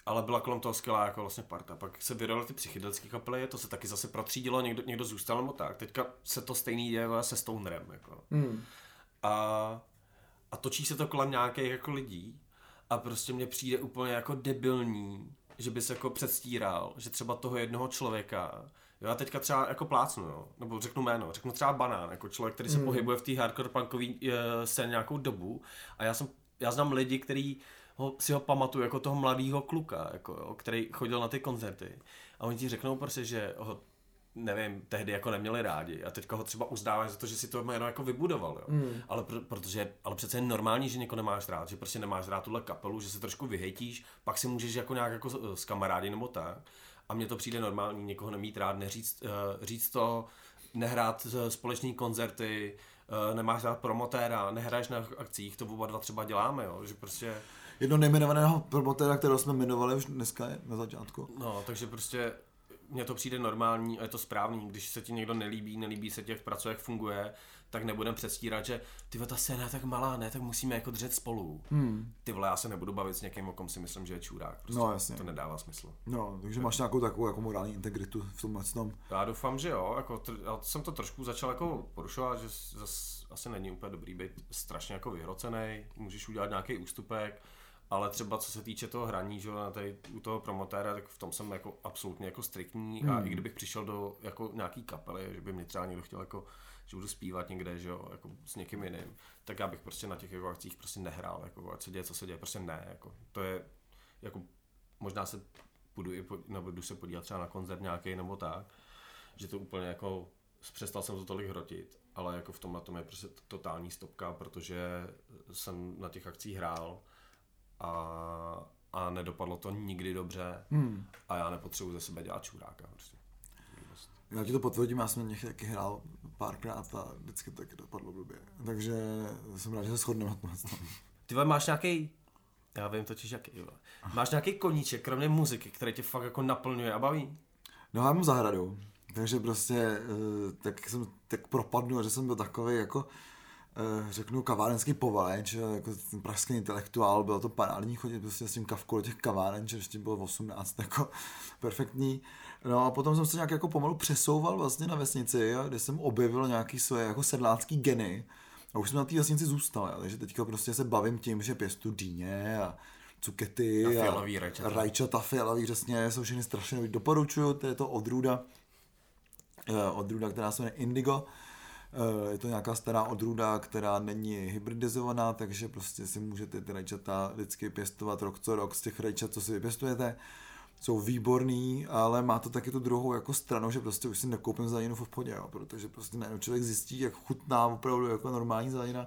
ale byla kolem toho skvělá jako vlastně parta. Pak se vydaly ty psychedelické kapely, to se taky zase protřídilo, někdo, někdo zůstal nebo tak. Teďka se to stejný děje se Stonerem. Jako. Hmm. A, a točí se to kolem nějakých jako lidí a prostě mně přijde úplně jako debilní, že bys jako předstíral, že třeba toho jednoho člověka, jo, já teďka třeba jako plácnu, jo, nebo řeknu jméno, řeknu třeba Banán, jako člověk, který se hmm. pohybuje v té hardcore punkové scéně nějakou dobu a já jsem, já znám lidi, kteří ho, si ho pamatuju jako toho mladého kluka, jako, jo, který chodil na ty koncerty a oni ti řeknou prostě, že ho, nevím, tehdy jako neměli rádi a teďka ho třeba uznávají za to, že si to jméno jako vybudoval, jo. Hmm. Ale pr- protože, ale přece je normální, že někoho nemáš rád, že prostě nemáš rád tuhle kapelu, že se trošku vyhejtíš, pak si můžeš jako nějak jako s kamarády nebo tak. A mně to přijde normální, někoho nemít rád, neříct, uh, říct to, nehrát společný koncerty, uh, nemáš rád promotéra, nehraješ na akcích, to oba dva třeba děláme, jo, že prostě... Jedno nejmenovaného promotéra, kterého jsme jmenovali už dneska je na začátku. No, takže prostě mně to přijde normální a je to správný, když se ti někdo nelíbí, nelíbí se ti, jak pracuje, jak funguje, tak nebudem předstírat, že ty ta scéna je tak malá, ne, tak musíme jako držet spolu. Hmm. Ty vole, já se nebudu bavit s někým, o kom si myslím, že je čurák. Prostě no, jasně. To nedává smysl. No, takže máš nějakou takovou jako morální integritu v tomhle tom. Já doufám, že jo, jako tr- já jsem to trošku začal jako porušovat, že zas asi není úplně dobrý být strašně jako vyhrocený, můžeš udělat nějaký ústupek, ale třeba co se týče toho hraní, že na tady u toho promotéra, tak v tom jsem jako absolutně jako striktní hmm. a i kdybych přišel do jako nějaký kapely, že by mě třeba někdo chtěl jako, že budu zpívat někde, že jo, jako s někým jiným, tak já bych prostě na těch jako akcích prostě nehrál, jako ať se děje, co se děje, prostě ne, jako to je, jako možná se půjdu i, nebo jdu se podívat třeba na koncert nějaký nebo tak, že to úplně jako, přestal jsem to tolik hrotit, ale jako v tom na tom je prostě totální stopka, protože jsem na těch akcích hrál a, a nedopadlo to nikdy dobře hmm. a já nepotřebuji ze sebe dělat čuráka. Prostě. Já ti to potvrdím, já jsem na nich taky hrál párkrát a vždycky taky dopadlo blbě. Takže jsem rád, že se shodneme na tom. Ty vole, máš nějaký, já vím totiž jaký, jo. Máš nějaký koníček, kromě muziky, který tě fakt jako naplňuje a baví? No já mám zahradu, takže prostě tak jsem tak propadnu, že jsem byl takovej jako řeknu kavárenský povaleč, jako ten pražský intelektuál, bylo to parádní chodit prostě s tím kavkou do těch kaváren, že ještě bylo osmnáct, jako perfektní. No a potom jsem se nějak jako pomalu přesouval vlastně na vesnici, kde jsem objevil nějaký svoje jako sedlácký geny a už jsem na té vesnici zůstal, jo, takže teďka prostě se bavím tím, že pěstu dýně a cukety a fialový rajčata. Rajčata, fialový, přesně, jsou všechny strašně doporučuju, to je to odrůda, odrůda, která se jmenuje Indigo. Je to nějaká stará odrůda, která není hybridizovaná, takže prostě si můžete ty rajčata vždycky pěstovat rok co rok z těch rajčat, co si vypěstujete. Jsou výborný, ale má to taky tu druhou jako stranu, že prostě už si nekoupím zeleninu v obchodě, jo, protože prostě najednou člověk zjistí, jak chutná opravdu jako normální zelenina.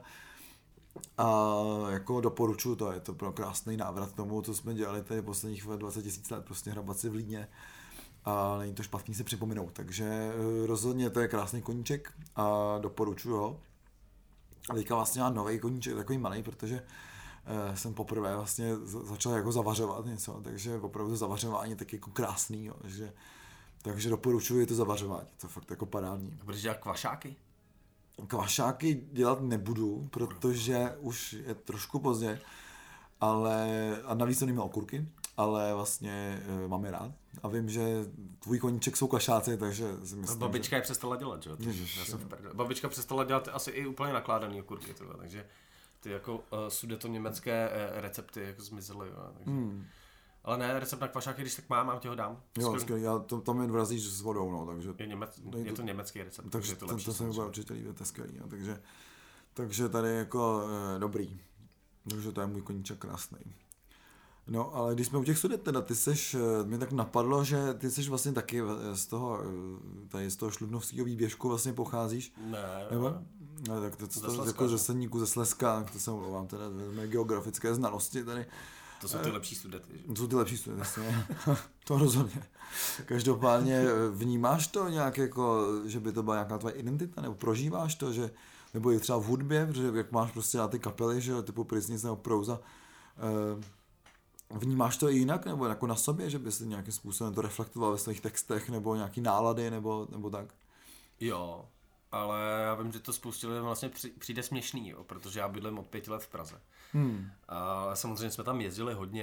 A jako doporučuji to, je to pro krásný návrat k tomu, co jsme dělali tady posledních dvacet tisíc let, prostě hrabat si v Lídně. A není to špatný si připomenout, takže rozhodně to je krásný koníček a doporučuji ho. A teďka vlastně mám nový koníček, takový malý, protože eh, jsem poprvé vlastně začal jako zavařovat něco, takže opravdu zavařování je taky jako krásný, jo, takže, takže doporučuji to zavařování, to je fakt jako parádní. A budeš dělat kvašáky? Kvašáky dělat nebudu, protože už je trošku pozdě, ale a navíc to neměl okurky, ale vlastně e, mám je rád a vím, že tvůj koníček jsou kašáci, takže si myslím, babička že... je přestala dělat, že jo? Já jsem babička přestala dělat asi i úplně nakládaný okurky, třeba, takže ty jako uh, sudeto německé uh, recepty jako zmizely, jo, takže... Hmm. Ale ne, recept na kvašáky, když tak mám, mám ti ho dám. Jo, skvělý, já to, tam je vrazíš s vodou, no, takže... Je, němec, je to německý recept, takže je to to, lepší. To se mi bude určitě líbit, to je skvělý, no, takže, takže tady jako e, dobrý, takže to je můj koníček krásný. No, ale když jsme u těch sudet, teda ty seš, mě tak napadlo, že ty seš vlastně taky z toho, tady z toho šludnovského výběžku vlastně pocházíš. Ne, nebo? Ne, tak to, to, to jako ze Sedníku, ze Slezska, to se omlouvám, teda mé geografické znalosti tady. To jsou ty lepší sudety, že? To jsou ty lepší sudety, jasně. To rozhodně. Každopádně vnímáš to nějak jako, že by to byla nějaká tvoje identita, nebo prožíváš to, že, nebo i třeba v hudbě, protože jak máš prostě na ty kapely, že typu Pryznic nebo Prouza, eh, vnímáš to i jinak, nebo jako na sobě, že bys nějakým způsobem to reflektoval ve svých textech, nebo nějaký nálady, nebo, nebo tak? Jo, ale já vím, že to spoustě lidem vlastně přijde směšný, jo, protože já bydlím od pěti let v Praze. Hmm. A samozřejmě jsme tam jezdili hodně,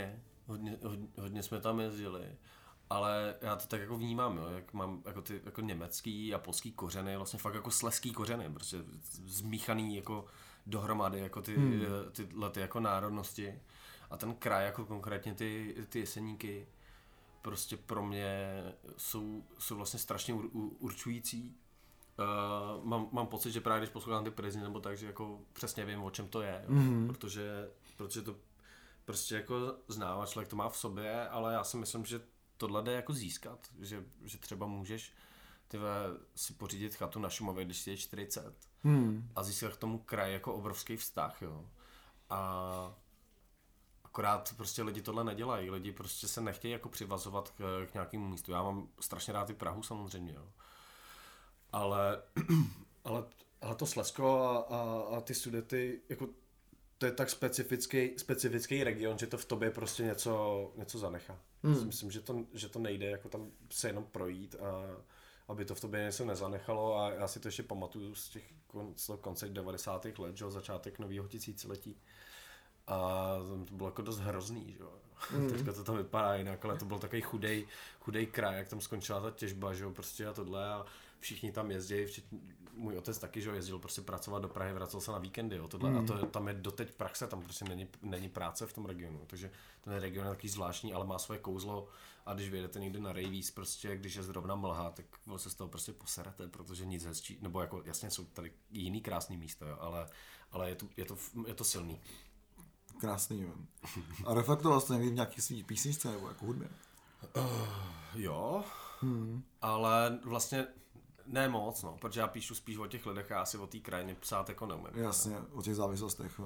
hodně, hodně, hodně jsme tam jezdili. Ale já to tak jako vnímám, jo, jak mám jako ty jako německý a polský kořeny, vlastně fakt jako slezský kořeny, prostě zmíchaný jako dohromady, jako ty, hmm. tyhle ty jako národnosti. A ten kraj, jako konkrétně ty, ty Jeseníky, prostě pro mě jsou, jsou vlastně strašně ur, určující. Uh, mám, mám pocit, že právě když poslouchám ty Prizy nebo tak, že jako přesně vím, o čem to je, jo, hmm. protože, protože to prostě jako znám a člověk to má v sobě, ale já si myslím, že tohle jde jako získat, že, že třeba můžeš tyhle, si pořídit chatu na Šumavě, když si je čtyřicet hmm. a získat k tomu kraji jako obrovský vztah, jo. A akorát prostě lidi tohle nedělají, lidi prostě se nechtějí jako přivazovat k, k nějakému místu. Já mám strašně rád i Prahu samozřejmě, jo. Ale, ale, ale to Slezsko a, a, a ty Sudety, jako to je tak specifický, specifický region, že to v tobě prostě něco, něco zanechá. Hmm. Myslím, že to, že to nejde jako tam se jenom projít a aby to v tobě něco nezanechalo a já si to ještě pamatuju z těch kon, konce devadesátých let, že, začátek nového tisíciletí. A to bylo jako dost hrozný, že jo. Mm. Teďka to tam vypadá jinak, ale to byl takový chudej, chudej kraj, jak tam skončila ta těžba, že jo, prostě a tohle a všichni tam jezdí, včetně, můj otec taky, že jo, jezdil prostě pracovat do Prahy, vracel se na víkendy, jo, tohle, mm. a to, tam je doteď praxe, tam prostě není, není práce v tom regionu, takže ten region je takový zvláštní, ale má svoje kouzlo a když vyjedete někde na Rejvíz, prostě, když je zrovna mlha, tak se z toho prostě poserete, protože nic hezčí, nebo jako jasně jsou tady jiný krásný místa, jo, ale, ale je to, je to, je to silný. Krásný, jo. A reflektoval jste někdy v nějaký svý písničce nebo jako hudbě? Uh, jo, hmm. ale vlastně ne moc, no, protože já píšu spíš o těch lidech a já si o té krajině psát jako neumím. Jasně, ne? O těch závislostech.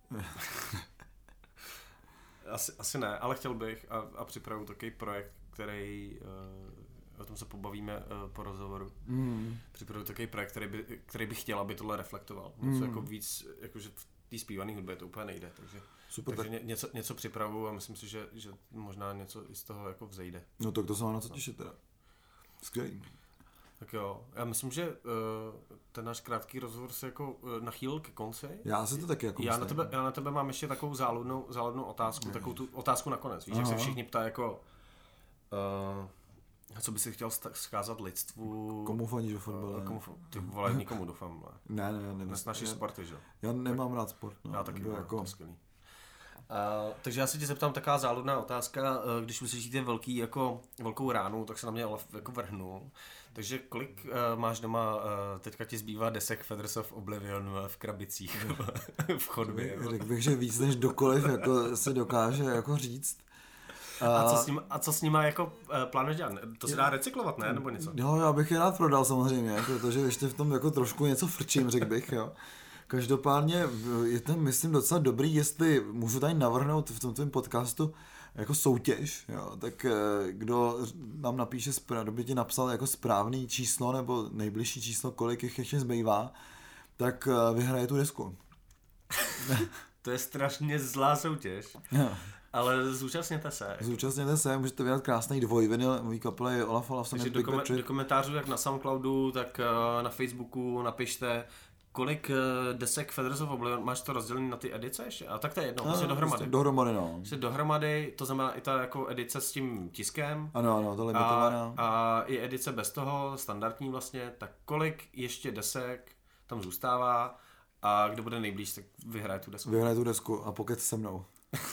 asi, asi ne, ale chtěl bych a, a připravu takový projekt, který, uh, o tom se pobavíme uh, po rozhovoru, hmm. připravu takový projekt, který by, který bych chtěl, aby tohle reflektoval. Něco hmm. jako víc, jakože v té zpívané hudbě to úplně nejde, takže, Super, takže tak... něco, něco připravu a myslím si, že, že možná něco i z toho jako vzejde. No tak to se mám na co těšit teda. Skvělý. Tak jo, já myslím, že uh, ten náš krátký rozhovor se jako uh, nachýlil ke konci. Já se to taky jako já na, tebe, já na tebe mám ještě takovou záludnou, záludnou otázku, ne. takovou tu otázku nakonec. Víš, Aha. jak se všichni ptá jako, uh, co by si chtěl vzkázat lidstvu. Komu fandíš do fotbale? Uh, komu, ty vole, nikomu doufám. Ne, ne, ne. Dnes naši sporty, že? Já nemám tak, rád sport. No, já taky, jako... to skvělý. Uh, takže já se tě zeptám taková záludná otázka, uh, když uslyšíte velký, jako, velkou ránu, tak se na mě jako vrhnul. Takže kolik uh, máš doma, uh, teďka ti zbývá desek Feathers of Oblivion v krabicích v chodbě? Řekl bych, že víc než dokoliv jako se dokáže jako říct. A, a, co s nima, a co s nima jako uh, plánuješ dělat? To se dá recyklovat, ne? Nebo něco? Jo, já bych je rád prodal samozřejmě, protože ještě v tom jako trošku něco frčím, řekl bych, jo. Každopádně je to, myslím, docela dobrý, jestli můžu tady navrhnout v tom tvém podcastu jako soutěž, jo, tak kdo nám napíše, kdo by ti napsal jako správný číslo nebo nejbližší číslo, kolik jich ještě zbývá, tak vyhraje tu desku. To je strašně zlá soutěž. Jo. Ale zúčastněte se. Zúčastněte se, můžete vyhrát krásný dvojvinyl, můj kapela je Olaf Olaf. Takže do, kom- do komentářů jak na Soundcloudu, tak uh, na Facebooku napište, kolik uh, desek Feathers of Oblivion, máš to rozdělený na ty edice ještě? A tak to je jedno, prostě dohromady. Prostě dohromady, no. Prostě dohromady, to znamená i ta jako edice s tím tiskem. Ano, ano, to limitovaná. A, a i edice bez toho, standardní vlastně, tak kolik ještě desek tam zůstává a kdo bude nejblíž, tak vyhraje tu desku. Vyhraje tu desku a pokud se mnou.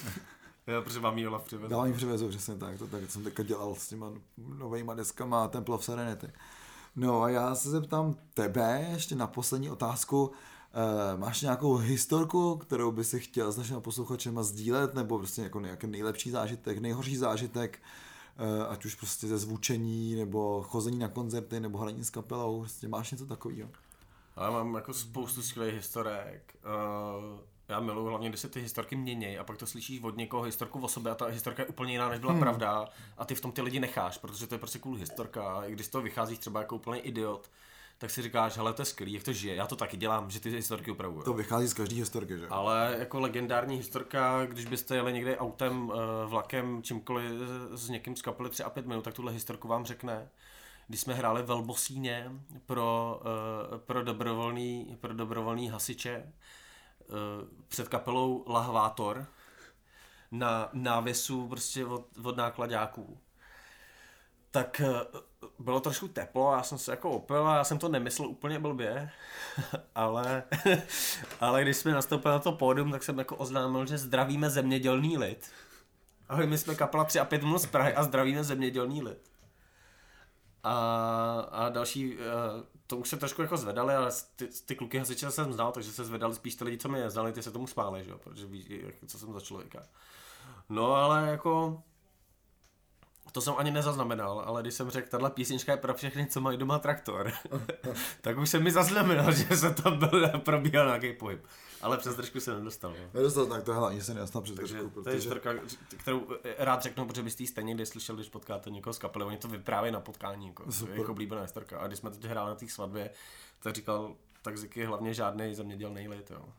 Jo, protože vám ji Olaf přivezl. Já vám ji přivezu, přesně tak, to tak jsem teďka dělal s těma novejma deskama Temple of Serenity. No a já se zeptám tebe ještě na poslední otázku. E, máš nějakou historku, kterou by si chtěl s našimi posluchačema sdílet, nebo prostě jako nějaký nejlepší zážitek, nejhorší zážitek, e, ať už prostě ze zvučení, nebo chození na koncerty, nebo hraní s kapelou, prostě máš něco takového? Já mám jako spoustu skvělých historek. Uh... Já miluji hlavně, když se ty historky měnějí a pak to slyšíš od někoho historku o sobě a ta historka je úplně jiná, než byla hmm. pravda a ty v tom ty lidi necháš, protože to je prostě cool historka a i když z toho vycházíš třeba jako úplný idiot, tak si říkáš, hele, to je skvělý, jak to žije, já to taky dělám, že ty historky upravuju. To vychází z každé historky, že? Ale jako legendární historka, když byste jeli někde autem, vlakem, čímkoliv s někým z kapely tři a pět minut, tak tuhle historku vám řekne. Když jsme hráli v Velbosíně pro, pro, dobrovolný, pro dobrovolný hasiče, před kapelou Lahvátor, na návěsu prostě od, od nákladáků. Tak bylo trošku teplo, já jsem se jako opil a já jsem to nemyslel úplně blbě, ale, ale když jsme nastoupili na to pódium, tak jsem jako oznámil, že zdravíme zemědělný lid. Ahoj, my jsme kapela tři a pět minut z Prahy a zdravíme zemědělný lid. A, a další, to už se trošku jako zvedali, ale ty, ty kluky hasiče jsem znal, takže se zvedali spíš ty lidi, co mě znali, ty se tomu smáli, že jo, protože víš, co jsem za člověka. No ale jako... To jsem ani nezaznamenal, ale když jsem řekl, tahle písnička je pro všechny, co mají doma traktor, tak už jsem mi zaznamenal, že se tam byl, probíhal nějaký pohyb. Ale přes držku se nedostal. No. Nedostal, tak to je hlavně se nedostal přes držku. Protože... To je historka, kterou rád řeknu, protože byste ji stejně kdy slyšel, když potkáte někoho z kapely. Oni to vyprávějí na potkání, jako, jako oblíbená historka. A když jsme teď hráli na té svatbě, tak říkal, tak Ziky hlavně žádnej zemědělný lid. Jo.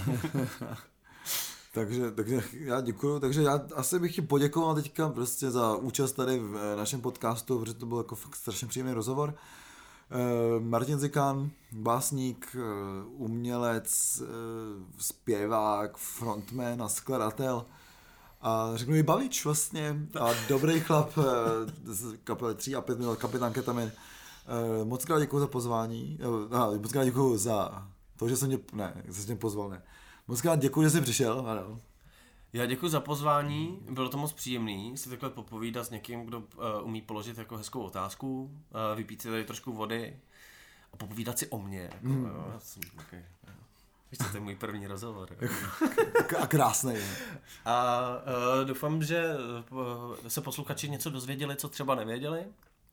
Takže, takže já děkuju, takže já asi bych ti poděkoval teďka prostě za účast tady v našem podcastu, protože to byl jako fakt strašně příjemný rozhovor. Martin Zikán, básník, umělec, zpěvák, frontman a skladatel a řeknu i bavič vlastně a dobrý chlap z kapely tři a pět minut, kapitán Ketamin. Moc krát děkuju za pozvání, moc krát děkuju za to, že jsem mě, ne, že jsem mě pozval, ne. Moc krát děkuji, že jsi přišel, ano. Já děkuji za pozvání, bylo to moc příjemný si takhle popovídat s někým, kdo uh, umí položit jako hezkou otázku, uh, vypít si tady trošku vody a popovídat si o mně. Jako, mm. jo, já jsem, okay, jo. Víš, to je můj první rozhovor. A krásný. A uh, doufám, že uh, se posluchači něco dozvěděli, co třeba nevěděli.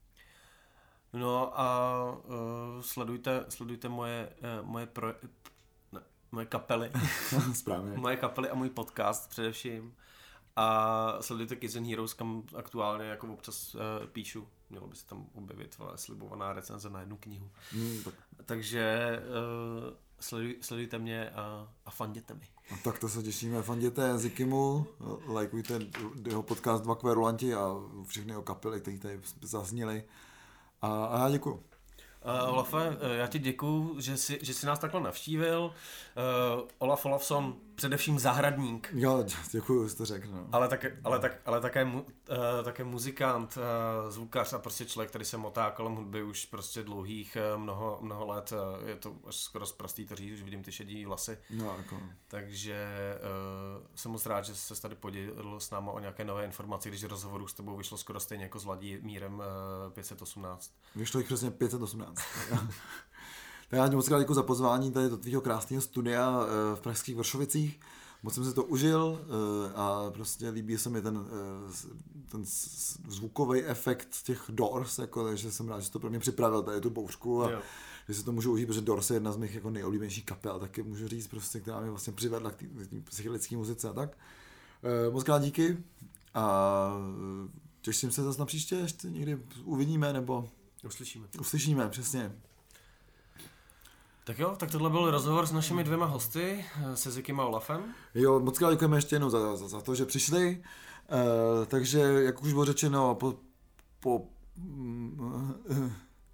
No a uh, sledujte, sledujte moje, uh, moje pro... moje kapely. Správně. Moje kapely a můj podcast především. A sledujte Kids and Heroes, kam aktuálně jako občas uh, píšu. Mělo by se tam objevit vole, slibovaná recenze na jednu knihu. Mm, tak. Takže uh, sleduj, sledujte mě a, a fanděte mi. A tak to se těšíme. Fanděte Zikimu, lajkujte jeho podcast Dva kverulanti a všechny jeho kapely, které tady zazněly. A, a já děkuju. Uh, Olafe, já ti děkuju, že jsi, že jsi nás takhle navštívil. Uh, Olaf Olafson, především zahradník. Jo, děkuju, jsi to řekl. No. Ale, také, ale, tak, ale také, uh, také muzikant, uh, zvukař a prostě člověk, který se motá kolem hudby už prostě dlouhých uh, mnoho, mnoho let. Uh, je to až skoro sprostý to říct, už vidím ty šedí vlasy. No, jako. Takže uh, jsem moc rád, že jsi tady podělil s náma o nějaké nové informace, když rozhovoru s tebou vyšlo skoro stejně jako s Vladimírem uh, pět set osmnáct. Vyšlo jich přesně pět set osmnáct. Tak já ti moc krát děkuji za pozvání tady do tvýho krásného studia v pražských Vršovicích. Moc jsem si to užil a prostě líbí se mi ten, ten zvukový efekt těch Doors, jako, takže jsem rád, že jsi to pro mě připravil tady tu bouřku a jo. Že si to můžu užít, protože Doors je jedna z mých jako nejoblíbenějších kapel, taky můžu říct, prostě, která mě vlastně přivedla k té psychedelické muzice a tak. Moc krát díky a těším se zase na příště, ještě někdy uvidíme nebo Uslyšíme. Uslyšíme, přesně. Tak jo, tak tohle byl rozhovor s našimi dvěma hosty, se Zikim a Olafem. Jo, moc krát děkujeme ještě jednou za, za, za to, že přišli. Uh, takže, jak už bylo řečeno, po... po uh,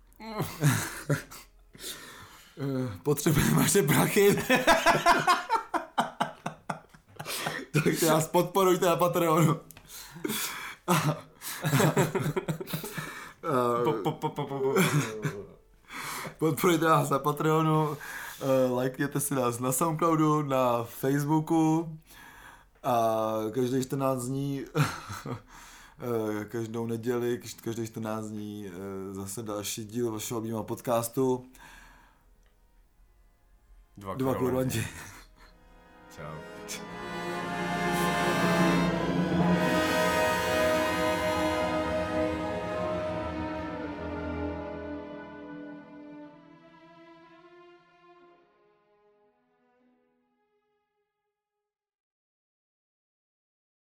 potřebujeme vaše prachy. Tak nás podporujte na Patreonu. Podporujte nás na Patreonu, lajkněte si nás na Soundcloudu, na Facebooku a každý čtrnáct dní, každou neděli, každý čtrnáct dní zase další díl vašeho oblíbeného podcastu. Dva, Dva kverulanti. Čau.